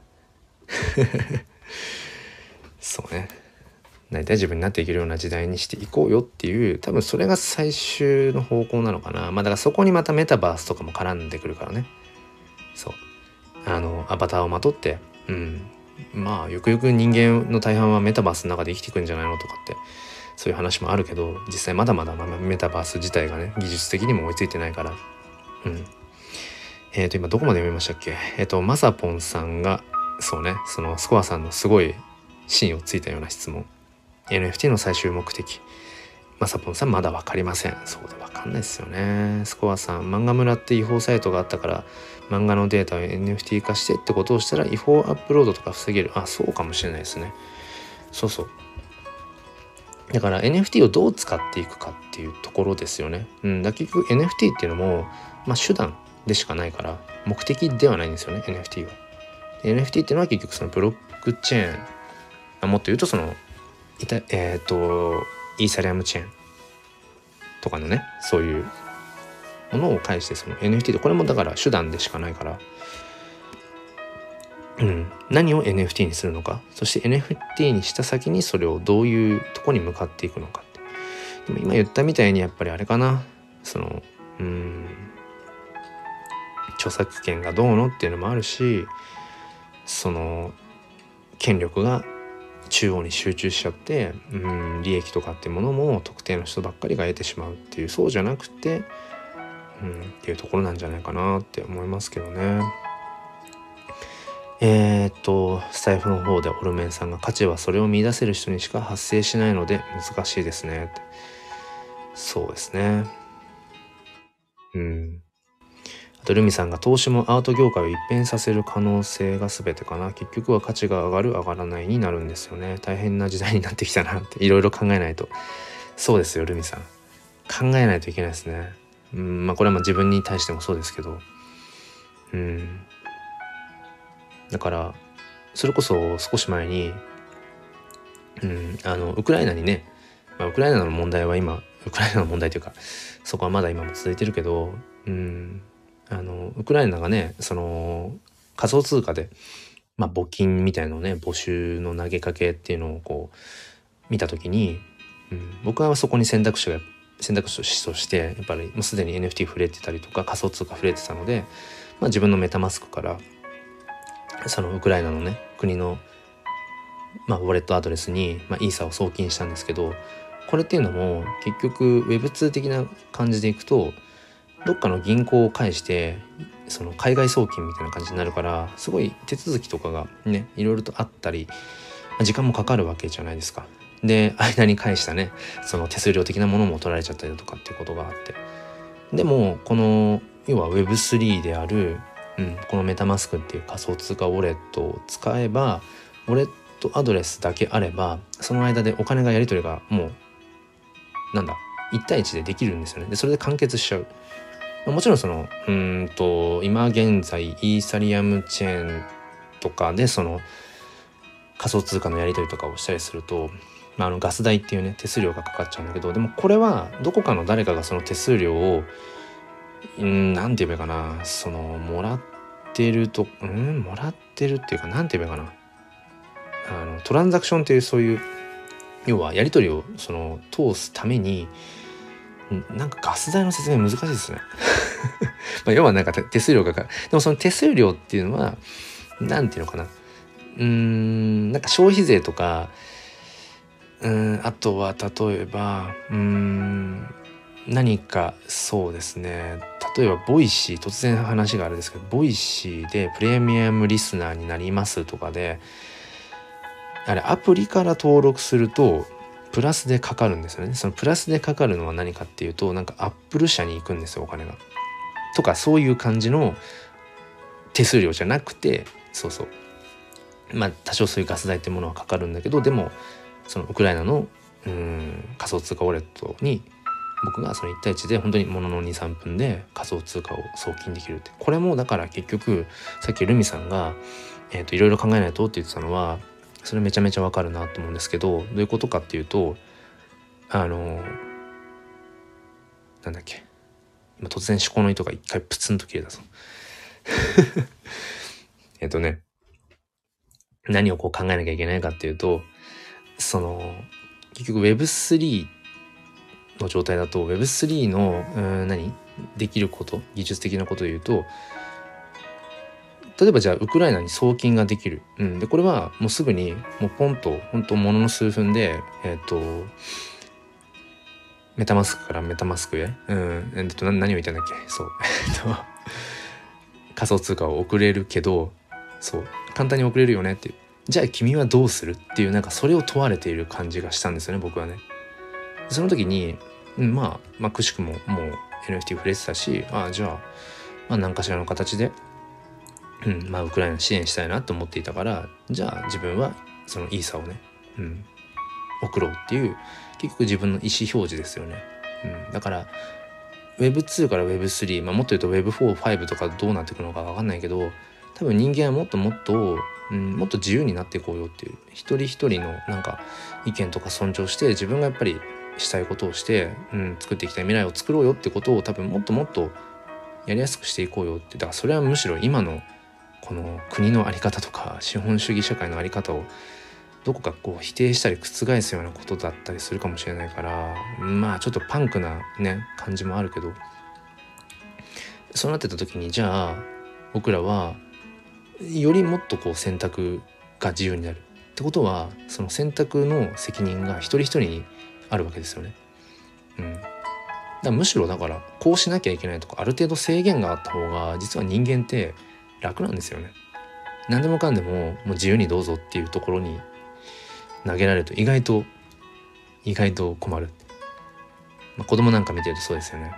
S1: そうね、なりたい自分になっていけるような時代にしていこうよっていう、多分それが最終の方向なのかな。だからそこにまたメタバースとかも絡んでくるからね。そうアバターをまとって、ゆくゆく人間の大半はメタバースの中で生きていくんじゃないのとかってそういう話もあるけど、実際まだまだメタバース自体がね技術的にも追いついてないから。今どこまで読みましたっけ。まさぽんさんがそうね、そのスコアさんのすごい芯をついたような質問。NFT の最終目的、まさぽんさんまだ分かりません。そうで分かんないですよね。スコアさん、漫画村って違法サイトがあったから漫画のデータを NFT 化してってことをしたら違法アップロードとか防げる。そうかもしれないですね。そうだから NFT をどう使っていくかっていうところですよね。だ結局 NFT っていうのも手段でしかないから目的ではないんですよね。 NFT は。NFT っていうのは結局そのブロックチェーン、もっと言うとそのイーサリアムチェーンとかのね、そういうものを介してその NFT で、これもだから手段でしかないから、何を NFT にするのか、そして NFT にした先にそれをどういうとこに向かっていくのかって。でも今言ったみたいにやっぱりあれかな、その著作権がどうのっていうのもあるし、その権力が中央に集中しちゃって利益とかっていうものも特定の人ばっかりが得てしまうっていう、そうじゃなくてっていうところなんじゃないかなって思いますけどね。スタイフの方でオルメンさんが、価値はそれを見出せる人にしか発生しないので難しいですねって。そうですね。あとルミさんが、投資もアート業界を一変させる可能性が全てかな。結局は価値が上がる上がらないになるんですよね。大変な時代になってきたなって、いろいろ考えないと。そうですよルミさん、考えないといけないですね。これは自分に対してもそうですけど、だからそれこそ少し前にウクライナにね、ウクライナの問題は今ウクライナの問題というか、そこはまだ今も続いてるけど、ウクライナがね、その仮想通貨で募金みたいなのね、募集の投げかけっていうのをこう見た時に、僕はそこに選択肢としてやっぱりもうすでに NFT 触れてたりとか仮想通貨触れてたので、自分のメタマスクからそのウクライナのね国のウォレットアドレスにイーサを送金したんですけど、これっていうのも結局 Web2 的な感じでいくとどっかの銀行を介してその海外送金みたいな感じになるから、すごい手続きとかがねいろいろとあったり時間もかかるわけじゃないですか。で間に返したねその手数料的なものも取られちゃったりだとかっていうことがあって、でもこの要は Web3 である、このメタマスクっていう仮想通貨ウォレットを使えば、ウォレットアドレスだけあればその間でお金がやり取りがもう1対1でできるんですよね。でそれで完結しちゃう。もちろんその今現在イーサリアムチェーンとかでその仮想通貨のやり取りとかをしたりすると、ガス代っていうね手数料がかかっちゃうんだけど、でもこれはどこかの誰かがその手数料をなんて言えばいいかな、そのもらってるっていうか、なんて言えばいいかな、トランザクションっていうそういう要はやり取りをその通すためにガス代の説明難しいですね要は手数料がかかる。でもその手数料っていうのはなんていうのかな、消費税とかあとは例えば何かそうですね、例えばボイシー、突然話があるんですけど、ボイシーでプレミアムリスナーになりますとかで、あれアプリから登録するとプラスでかかるんですよね。そのプラスでかかるのは何かっていうと、アップル社に行くんですよお金がとか、そういう感じの手数料じゃなくて、多少そういうガス代ってものはかかるんだけど、でもそのウクライナの仮想通貨ウォレットに僕がその1対1で本当にものの 2,3 分で仮想通貨を送金できるって、これもだから結局さっきルミさんがいろいろ考えないとって言ってたのは、それめちゃめちゃわかるなと思うんですけど、どういうことかっていうと今突然思考の糸が一回プツンと切れたぞ何をこう考えなきゃいけないかっていうと、その結局 Web3 の状態だと Web3 のできること、技術的なことを言うと、例えばじゃあウクライナに送金ができる、でこれはもうすぐにもうポンと本当ものの数分でメタマスクからメタマスクへ、何を言ったんだっけ、そう仮想通貨を送れるけど、そう簡単に送れるよねっていう、じゃあ君はどうするっていう、なんかそれを問われている感じがしたんですよね、僕はね。その時に、まあくしくももう NFT 触れてたし、じゃあ、何かしらの形で、ウクライナ支援したいなと思っていたから、じゃあ自分はそのイーサをね、送ろうっていう、結局自分の意思表示ですよね。だから Web2 から Web3、もっと言うと Web4、5とかどうなっていくのか分かんないけど、多分人間はもっともっと自由になっていこうよっていう、一人一人のなんか意見とか尊重して、自分がやっぱりしたいことをして、作っていきたい未来を作ろうよってことを、多分もっともっとやりやすくしていこうよって。だからそれはむしろ今のこの国の在り方とか資本主義社会の在り方をどこかこう否定したり覆すようなことだったりするかもしれないから、ちょっとパンクなね感じもあるけど、そうなってた時に、じゃあ僕らはよりもっとこう選択が自由になるってことは、その選択の責任が一人一人にあるわけですよね。だからむしろだからこうしなきゃいけないとか、ある程度制限があった方が実は人間って楽なんですよね。何でもかんでももう自由にどうぞっていうところに投げられると意外と困る。子供なんか見てるとそうですよね。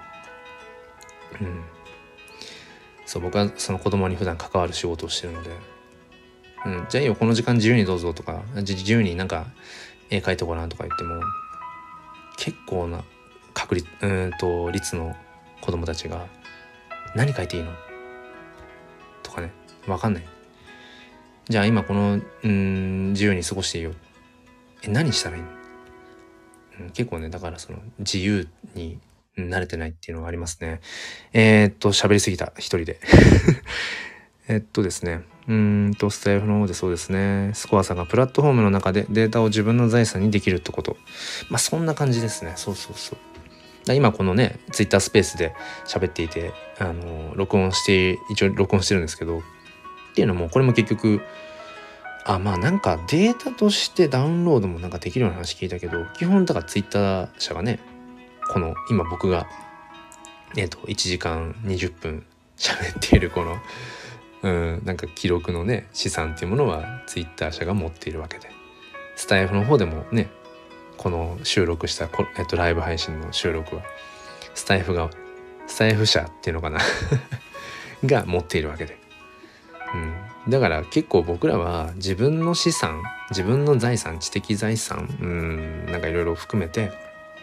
S1: そう、僕はその子供に普段関わる仕事をしてるので、じゃあいいよこの時間自由にどうぞとか、自由になんか絵描いてごらんとか言っても、結構な率の子供たちが何描いていいのとかね、分かんない。じゃあ今この自由に過ごしていいよ、何したらいいの、結構ね、だからその自由に慣れてないっていうのがありますね。喋りすぎた一人でですね、スタイフの方でそうですね、スコアさんがプラットフォームの中でデータを自分の財産にできるってこと、そんな感じですね。そう今このねツイッタースペースで喋っていて、一応録音してるんですけど、っていうのもこれも結局なんかデータとしてダウンロードもなんかできるような話聞いたけど、基本だからツイッター社がね、この今僕が1時間20分喋っているこのなんか記録のね資産っていうものはツイッター社が持っているわけで、スタイフの方でもね、この収録したライブ配信の収録はスタイフ社っていうのかなが持っているわけで、だから結構僕らは自分の資産、自分の財産、知的財産、なんかいろいろ含めて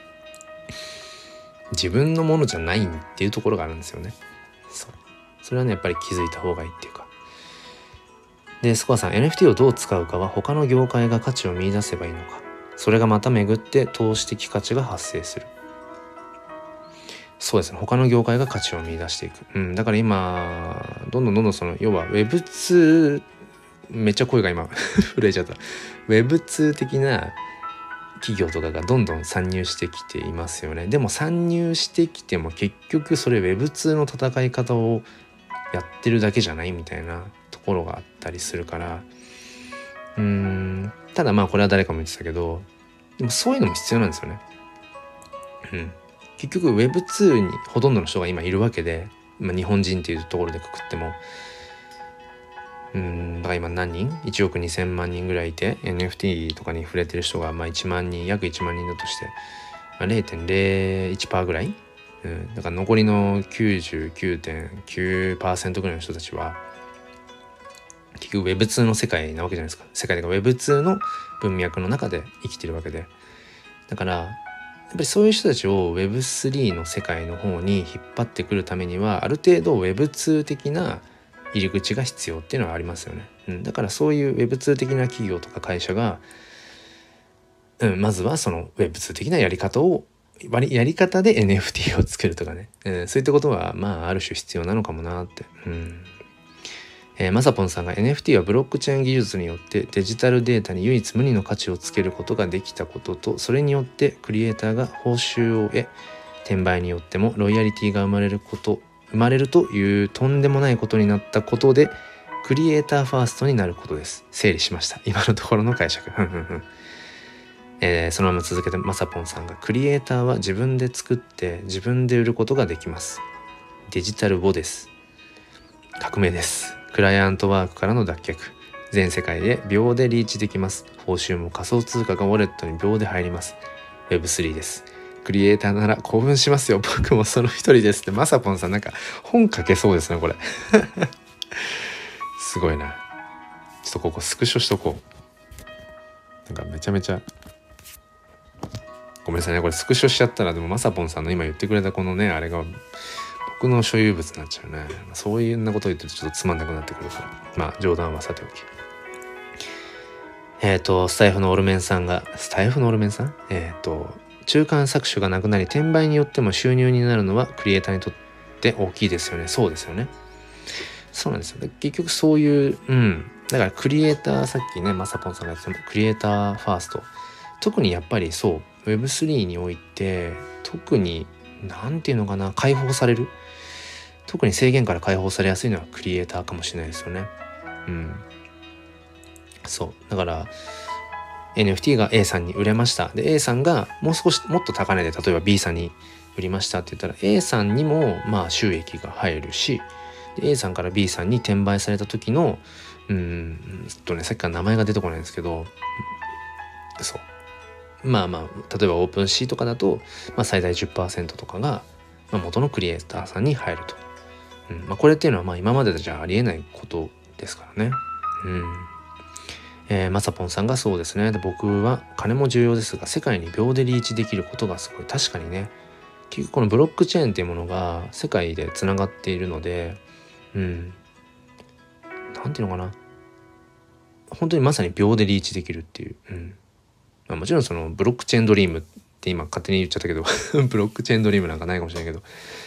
S1: 自分のものじゃないっていうところがあるんですよね。それはねやっぱり気づいた方がいいっていうか。でスコアさん、 NFT をどう使うかは他の業界が価値を見出せばいいのか、それがまた巡って投資的価値が発生する。そうですね、他の業界が価値を見出していく。だから今どんどんその要は Web2、 めっちゃ声が今震えちゃった。 Web2 的な企業とかがどんどん参入してきていますよね。でも参入してきても結局それ Web2 の戦い方をやってるだけじゃないみたいなところがあったりするから、ただこれは誰かも言ってたけど、でもそういうのも必要なんですよね。結局 Web2 にほとんどの人が今いるわけで、日本人っていうところでくくってもだから今何人 ?1 億2000万人ぐらいいて、 NFT とかに触れてる人が1万人、約1万人だとして、0.01% ぐらい、だから残りの 99.9% ぐらいの人たちは結局 Web2 の世界なわけじゃないですか。世界が Web2 の文脈の中で生きてるわけで、だからやっぱりそういう人たちを Web3 の世界の方に引っ張ってくるためには、ある程度 Web2 的な入り口が必要っていうのはありますよね。だからそういう Web2 的な企業とか会社が、まずはその Web2 的なやり方で NFT を作るとかね、そういったことはある種必要なのかもなって。まさぽんさんが NFT はブロックチェーン技術によってデジタルデータに唯一無二の価値をつけることができたことと、それによってクリエイターが報酬を得、転売によってもロイヤリティが生まれるというとんでもないことになったことで、クリエイターファーストになることです。整理しました、今のところの解釈。 そのまま続けてまさぽんさんが、クリエイターは自分で作って自分で売ることができます。デジタル語です。革命です。クライアントワークからの脱却、全世界で秒でリーチできます。報酬も仮想通貨がウォレットに秒で入ります。 Web3 です。クリエイターなら興奮しますよ、僕もその一人ですって。まさぽんさんなんか本書けそうですねこれすごいな。ちょっとここスクショしとこう。なんかめちゃめちゃごめんなさいね、これスクショしちゃったら、でもまさぽんさんの今言ってくれたこのねあれが僕の所有物になっちゃうね。そういうなことを言ってるとちょっとつまんなくなってくるから、まあ冗談はさておき。スタイフのオルメンさんが、スタイフのオルメンさん中間搾取がなくなり転売によっても収入になるのはクリエイターにとって大きいですよね。そうですよね。そうなんですよ。結局そういう、だからクリエイター、さっきねまさぽんさんが言ってたクリエイターファースト、特にやっぱりそう Web3 において特になんていうのかな、解放される、特に制限から解放されやすいのはクリエイターかもしれないですよね。そうだから NFT が A さんに売れました。で A さんがもっと高値で例えば B さんに売りましたって言ったら A さんにもまあ収益が入るし、で A さんから B さんに転売された時のさっきから名前が出てこないんですけど、そうまあ例えばオープンシーとかだと、最大 10% とかが、元のクリエイターさんに入ると。これっていうのは今までじゃありえないことですからね。まさぽんさんがそうですね。で僕は金も重要ですが世界に秒でリーチできることがすごい。確かにね、結局このブロックチェーンっていうものが世界でつながっているので、なんていうのかな、本当にまさに秒でリーチできるっていう、もちろんそのブロックチェーンドリームって今勝手に言っちゃったけどブロックチェーンドリームなんかないかもしれないけど、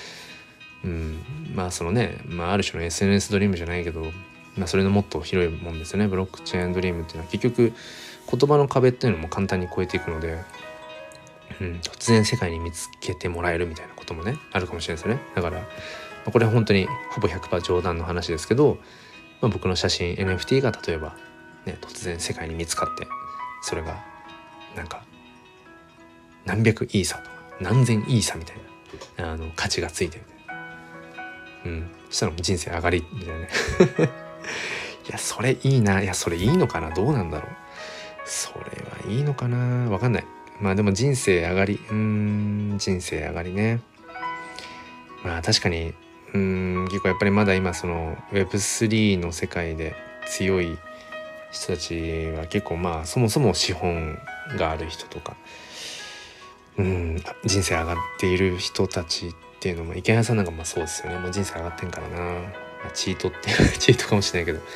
S1: そのね、ある種の SNS ドリームじゃないけど、それのもっと広いもんですよね。ブロックチェーンドリームっていうのは結局言葉の壁っていうのも簡単に越えていくので、突然世界に見つけてもらえるみたいなこともねあるかもしれないですよね。だからこれは本当にほぼ 100% 冗談の話ですけど、僕の写真 NFT が例えばね突然世界に見つかって、それがなんか何百イーサとか何千イーサみたいな価値がついてる、そしたらもう人生上がりみたいなねいやそれいいな。いやそれいいのかな、どうなんだろう、それはいいのかな、わかんない。でも人生上がり、人生上がりね。確かに結構やっぱりまだ今その Web3 の世界で強い人たちは結構そもそも資本がある人とか、人生上がっている人たちっていうのも、池谷さんなんかそうですよね。もう人生上がってんからな。チートってチートかもしれないけど、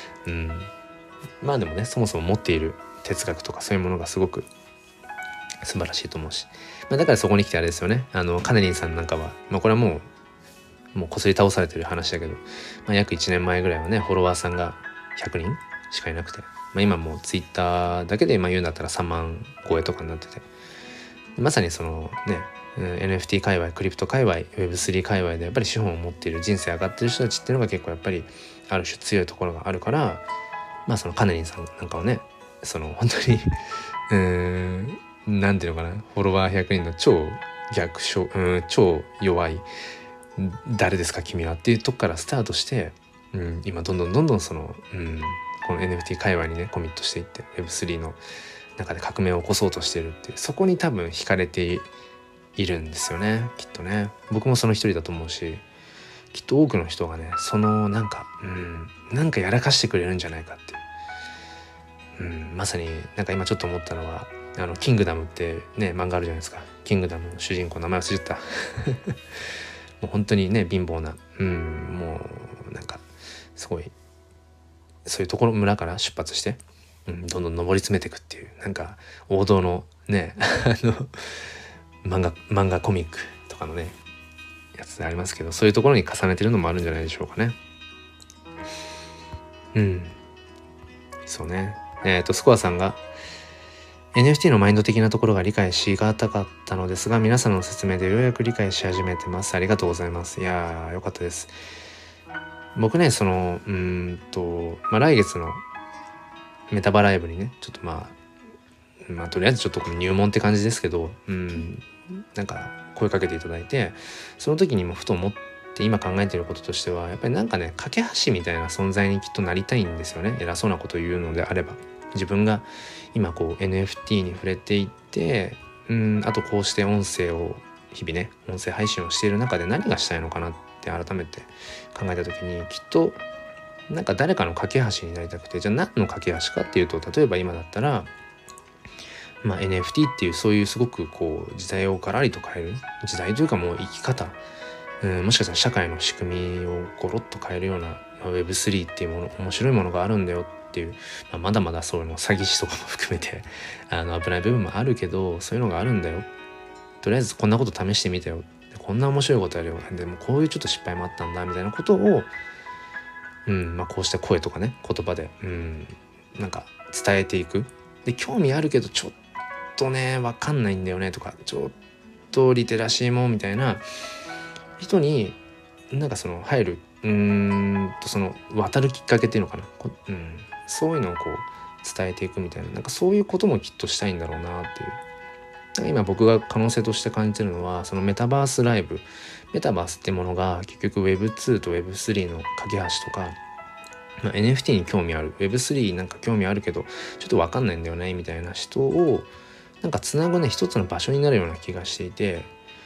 S1: でもね、そもそも持っている哲学とかそういうものがすごく素晴らしいと思うし、だからそこに来てあれですよね。カネリンさんなんかは、これはもうこすり倒されてる話だけど、約1年前ぐらいはねフォロワーさんが100人しかいなくて、今もうツイッターだけで言うんだったら3万超えとかになってて、まさにそのね、NFT 界隈、クリプト界隈、Web3 界隈でやっぱり資本を持っている、人生上がってる人たちっていうのが結構やっぱりある種強いところがあるから、そのカネリンさんなんかはね、その本当になんていうのかな、フォロワー100人の超弱い誰ですか君はっていうとこからスタートして、今どんどんその、この NFT 界隈にねコミットしていって Web3 の中で革命を起こそうとしてるっていう、そこに多分惹かれているんですよね、きっとね。僕もその一人だと思うし、きっと多くの人がねそのなんかやらかしてくれるんじゃないかっていう、まさになんか今ちょっと思ったのは、キングダムってね漫画あるじゃないですか。キングダムの主人公名前忘れちゃったもう本当にね貧乏な、もうなんかすごいそういうところ村から出発して、どんどん上り詰めていくっていう、なんか王道のね漫画コミックとかのねやつでありますけど、そういうところに重ねてるのもあるんじゃないでしょうかね。そうね。スコアさんがNFT のマインド的なところが理解しがたかったのですが、皆さんの説明でようやく理解し始めてます。ありがとうございます。いやーよかったです。僕ねその来月のメタバライブにねちょっととりあえずちょっとこの入門って感じですけど、なんか声かけていただいて、その時にもふと思って今考えていることとしては、やっぱりなんかね架け橋みたいな存在にきっとなりたいんですよね。偉そうなことを言うのであれば、自分が今こう NFT に触れていって、あとこうして音声を日々ね音声配信をしている中で何がしたいのかなって改めて考えた時に、きっとなんか誰かの架け橋になりたくて、じゃあ何の架け橋かっていうと、例えば今だったらNFT っていうそういうすごくこう時代をガラリと変える時代というかもう生き方、もしかしたら社会の仕組みをゴロッと変えるような、Web3 っていうもの面白いものがあるんだよっていう、まだまだそういうの詐欺師とかも含めて危ない部分もあるけど、そういうのがあるんだよ、とりあえずこんなこと試してみたよ、こんな面白いことやるよ、でもこういうちょっと失敗もあったんだみたいなことを、こうした声とかね言葉で、なんか伝えていく。で興味あるけどちょっとね分かんないんだよねとか、ちょっとリテラシーもみたいな人になんかその入るその渡るきっかけっていうのかな、そういうのをこう伝えていくみたいな、なんかそういうこともきっとしたいんだろうなっていう。今僕が可能性として感じてるのは、そのメタバースライブ、メタバースってものが結局 Web2 と Web3 の架け橋とか、NFT に興味ある Web3 なんか興味あるけどちょっと分かんないんだよねみたいな人をなんかつなぐね一つの場所になるような気がしていて、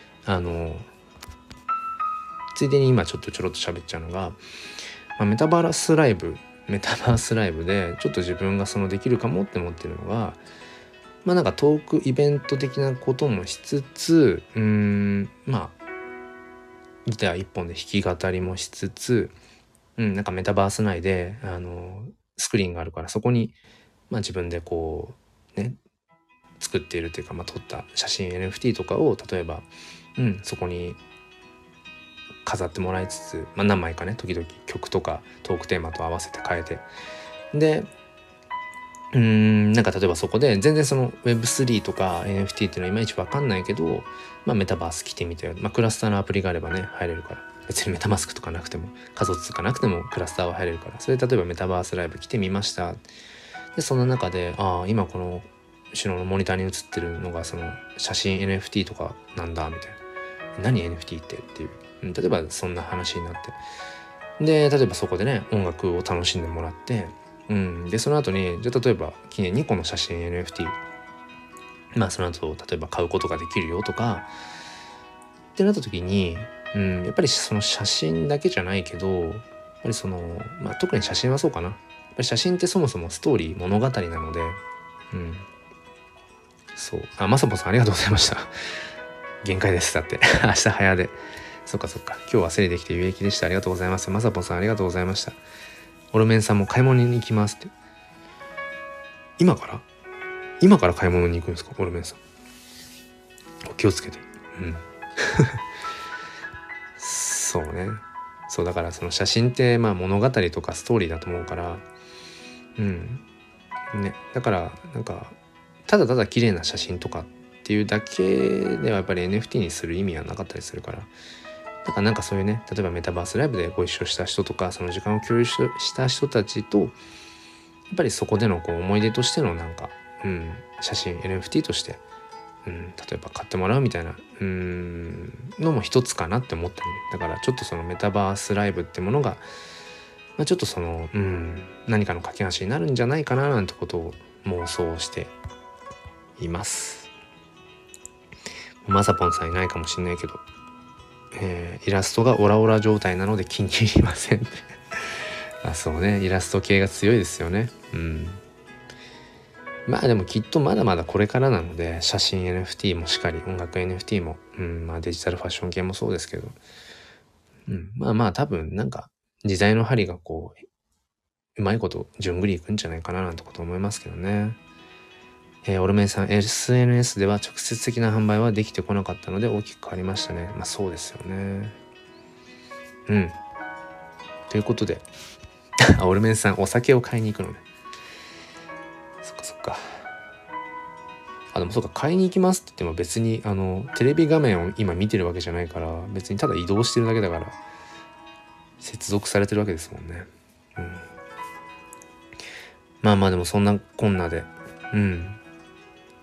S1: ついでに今ちょっと喋っちゃうのが、メタバースライブでちょっと自分がそのできるかもって思ってるのが、なんかトークイベント的なこともしつつ、ギター一本で弾き語りもしつつ、なんかメタバース内でスクリーンがあるから、そこに自分でこうね作っているというか、撮った写真 NFT とかを例えば、そこに飾ってもらいつつ、何枚かね時々曲とかトークテーマと合わせて変えて、でなんか例えばそこで全然その Web3 とか NFT っていうのはいまいち分かんないけど、メタバース来てみたよ、クラスターのアプリがあればね入れるから、別にメタマスクとかなくても仮想通貨なくてもクラスターは入れるから、それで例えばメタバースライブ来てみました。でその中で今この後ろのモニターに映ってるのがその写真 NFT とかなんだみたいな、何 NFT ってっていう、例えばそんな話になって、で例えばそこでね音楽を楽しんでもらって、でその後にじゃあ例えば記念にこの写真 NFT その後例えば買うことができるよとかってなった時に、やっぱりその写真だけじゃないけど、やっぱりその、特に写真はそうかな、やっぱり写真ってそもそもストーリー物語なので、そうまさぽんさんありがとうございました限界ですだって明日早で、そっか今日は整理できて有益でした、ありがとうございます。まさぽんさんありがとうございました。オルメンさんも買い物に行きますって、今から買い物に行くんですか、オルメンさん、お気をつけて。そうね、そうだからその写真って物語とかストーリーだと思うから、だからなんかただただ綺麗な写真とかっていうだけではやっぱり NFT にする意味はなかったりするから、だからなんかそういうね、例えばメタバースライブでご一緒した人とかその時間を共有した人たちとやっぱりそこでのこう思い出としてのなんか、写真 NFT として、例えば買ってもらうみたいなのも一つかなって思ったり、だからちょっとそのメタバースライブってものが、ちょっとその何かの架け橋になるんじゃないかななんてことを妄想しています。まさぽんさんいないかもしれないけど、イラストがオラオラ状態なので気に入りませんってそうね、イラスト系が強いですよね。でもきっとまだまだこれからなので、写真 NFT もしっかり音楽 NFT も、デジタルファッション系もそうですけど、多分なんか時代の針がこううまいこと順繰りいくんじゃないかななんてこと思いますけどね。オルメイさん SNS では直接的な販売はできてこなかったので大きく変わりましたね。そうですよね。ということでオルメンさんお酒を買いに行くのね。そっかでもそうか、買いに行きますって言っても別にテレビ画面を今見てるわけじゃないから、別にただ移動してるだけだから接続されてるわけですもんね。でもそんなこんなで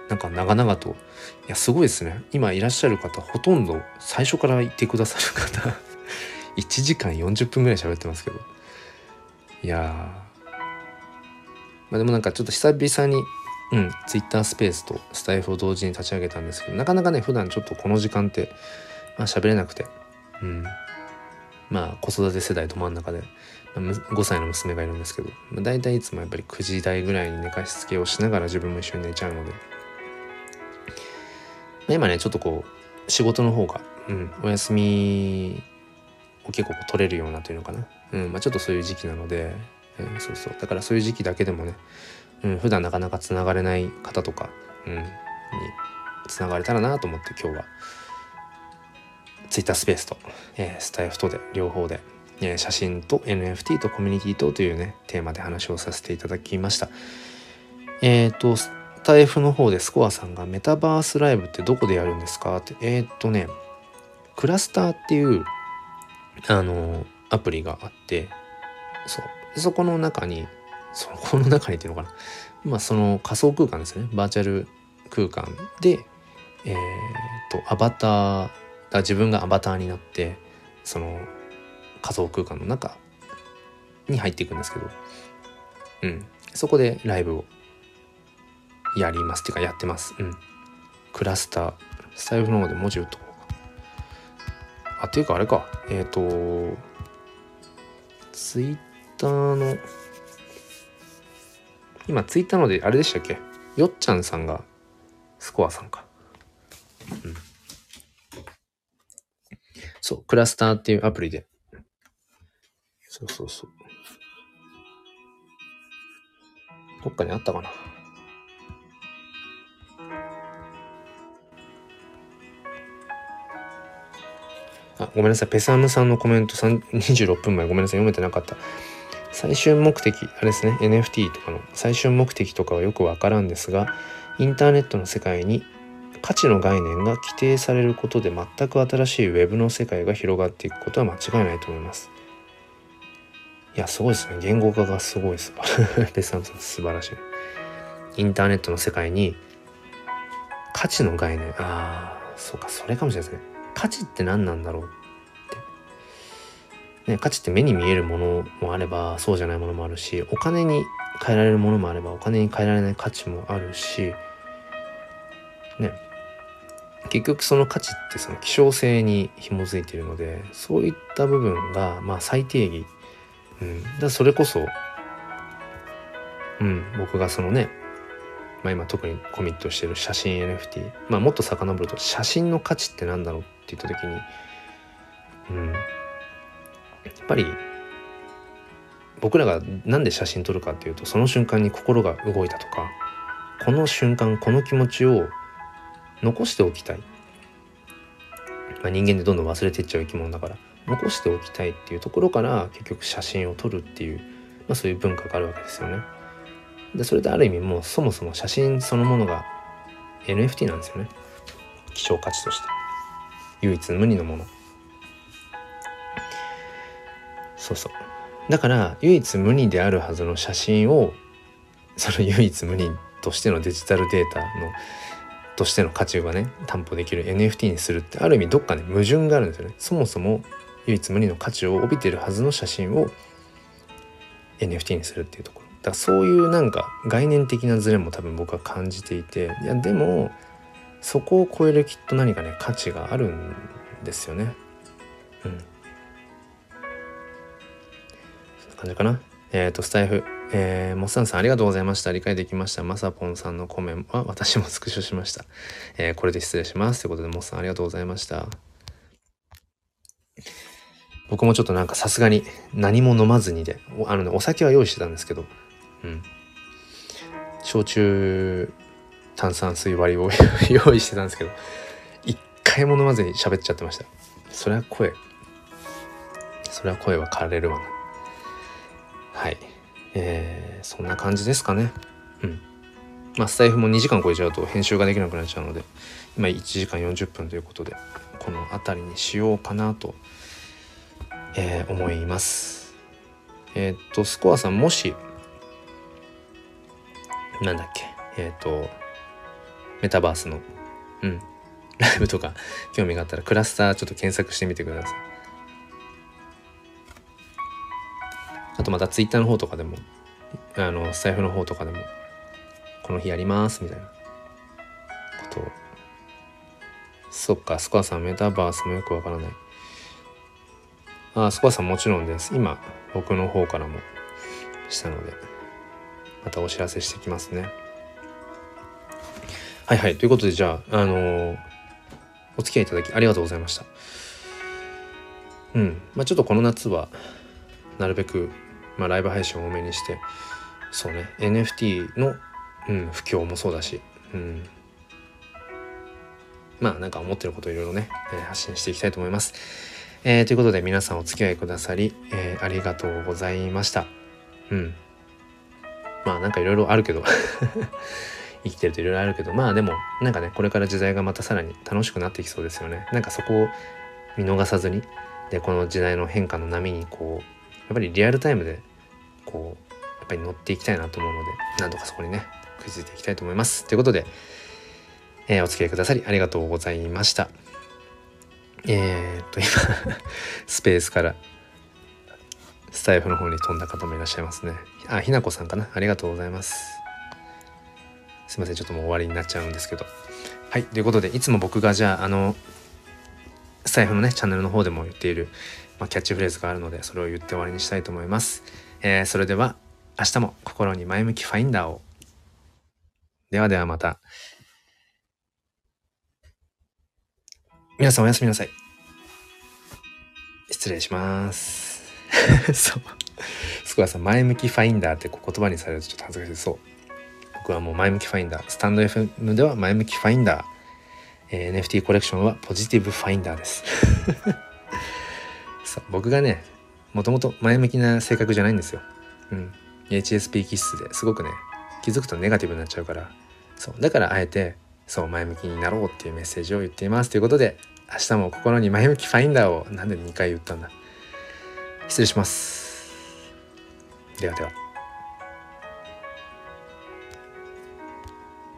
S1: なんか長々と、いやすごいですね。今いらっしゃる方ほとんど最初からいてくださる方1時間40分ぐらい喋ってますけど、いやまあでもなんかちょっと久々にツイッタースペースとスタイフを同時に立ち上げたんですけど、なかなかね普段ちょっとこの時間って喋れなくて、まあ子育て世代ど真ん中で5歳の娘がいるんですけど、だいたいいつもやっぱり9時台ぐらいに寝かしつけをしながら自分も一緒に寝ちゃうので、今ねちょっとこう仕事の方が、お休みを結構取れるようなというのかな、ちょっとそういう時期なので、そうだからそういう時期だけでもね、普段なかなかつながれない方とか、につながれたらなと思って今日はツイッタースペースと、スタイフとで両方で、写真と NFT とコミュニティというねテーマで話をさせていただきました。スタイフの方でスコアさんがメタバースライブってどこでやるんですかって、クラスターっていうアプリがあって、そこの中にっていうのかな、その仮想空間ですね、バーチャル空間でアバターだ、自分がアバターになってその仮想空間の中に入っていくんですけど、そこでライブをやりますっていうかやってます。クラスター、スタイルの方で文字打っとこうか。っていうかあれか、ツイッターの今ツイッターのであれでしたっけ、よっちゃんさんがスコアさんか、そうクラスターっていうアプリで、そうどっかにあったかな。ごめんなさい、ペサムさんのコメント26分前、ごめんなさい、読めてなかった。最終目的あれですね、 NFT とかの最終目的とかはよくわからんですが、インターネットの世界に価値の概念が規定されることで全く新しいウェブの世界が広がっていくことは間違いないと思います。いやすごいですね、言語化がすごいですペサムさん素晴らしい。インターネットの世界に価値の概念、そうか、それかもしれないですね。価値って何なんだろうって、価値って目に見えるものもあればそうじゃないものもあるし、お金に変えられるものもあればお金に変えられない価値もあるしね、結局その価値ってその希少性に紐づいているので、そういった部分が最低義、だそれこそ、僕がそのね、今特にコミットしてる写真 NFT、もっと遡ると写真の価値ってなんだろうって言った時に、やっぱり僕らがなんで写真撮るかっていうと、その瞬間に心が動いたとか、この瞬間この気持ちを残しておきたい、人間でどんどん忘れていっちゃう生き物だから残しておきたいっていうところから結局写真を撮るっていう、そういう文化があるわけですよね。でそれである意味もうそもそも写真そのものが NFT なんですよね。希少価値として唯一無二のもの。だから唯一無二であるはずの写真を、その唯一無二としてのデジタルデータのとしての価値がね担保できる NFT にするって、ある意味どっかね矛盾があるんですよね。そもそも唯一無二の価値を帯びているはずの写真を NFT にするっていうところだから、そういうなんか概念的なズレも多分僕は感じていて、いやでもそこを超えるきっと何かね価値があるんですよね。そんな感じかな。スタイフ、モッサンさんありがとうございました。理解できました。マサポンさんのコメントは私もスクショしました。これで失礼しますということで、モッさんありがとうございました。僕もちょっとなんかさすがに何も飲まずにで、お酒は用意してたんですけど、焼酎炭酸水割りを用意してたんですけど、一回も飲まずに喋っちゃってました。それは声は枯れるわな。はい、そんな感じですかね。スタイフも2時間超えちゃうと編集ができなくなっちゃうので、今1時間40分ということでこの辺りにしようかなと、思います。スコアさん、もしなんだっけ、 メタバースのライブとか興味があったらクラスターちょっと検索してみてください。あとまたツイッターの方とかでもスタイフの方とかでもこの日やりますみたいなことを。そっか、スコアさんメタバースもよくわからない。スコアさんもちろんです。今僕の方からもしたのでまたお知らせしてきますね。はいはい、ということでじゃあお付き合いいただきありがとうございました。ちょっとこの夏はなるべく、ライブ配信を多めにして、そうね NFT の、布教もそうだし、なんか思ってることをいろいろね、発信していきたいと思います。ということで皆さんお付き合いくださり、ありがとうございました。なんかいろいろあるけど生きてるといろいろあるけど、でもなんかね、これから時代がまたさらに楽しくなっていきそうですよね。なんかそこを見逃さずに、でこの時代の変化の波にこうやっぱりリアルタイムでこうやっぱり乗っていきたいなと思うので、なんとかそこにね食いついていきたいと思います。ということで、お付き合いくださりありがとうございました。今スペースからスタイフの方に飛んだ方もいらっしゃいますね。ひなこさんかな、ありがとうございます。すいません、ちょっともう終わりになっちゃうんですけど、はい、ということでいつも僕がじゃあスタイフのねチャンネルの方でも言っている、キャッチフレーズがあるのでそれを言って終わりにしたいと思います。それでは明日も心に前向きファインダーを。ではではまた。皆さんおやすみなさい。失礼しますそう、スコアさん前向きファインダーって言葉にされるとちょっと恥ずかしい。そう、僕はもう前向きファインダー、スタンド FM では前向きファインダー、NFT コレクションはポジティブファインダーですそう、僕がねもともと前向きな性格じゃないんですよ。HSP 気質ですごくね気づくとネガティブになっちゃうから、そうだからあえてそう前向きになろうっていうメッセージを言っています。ということで明日も心に前向きファインダーをなんで2回言ったんだ。失礼します。ではでは。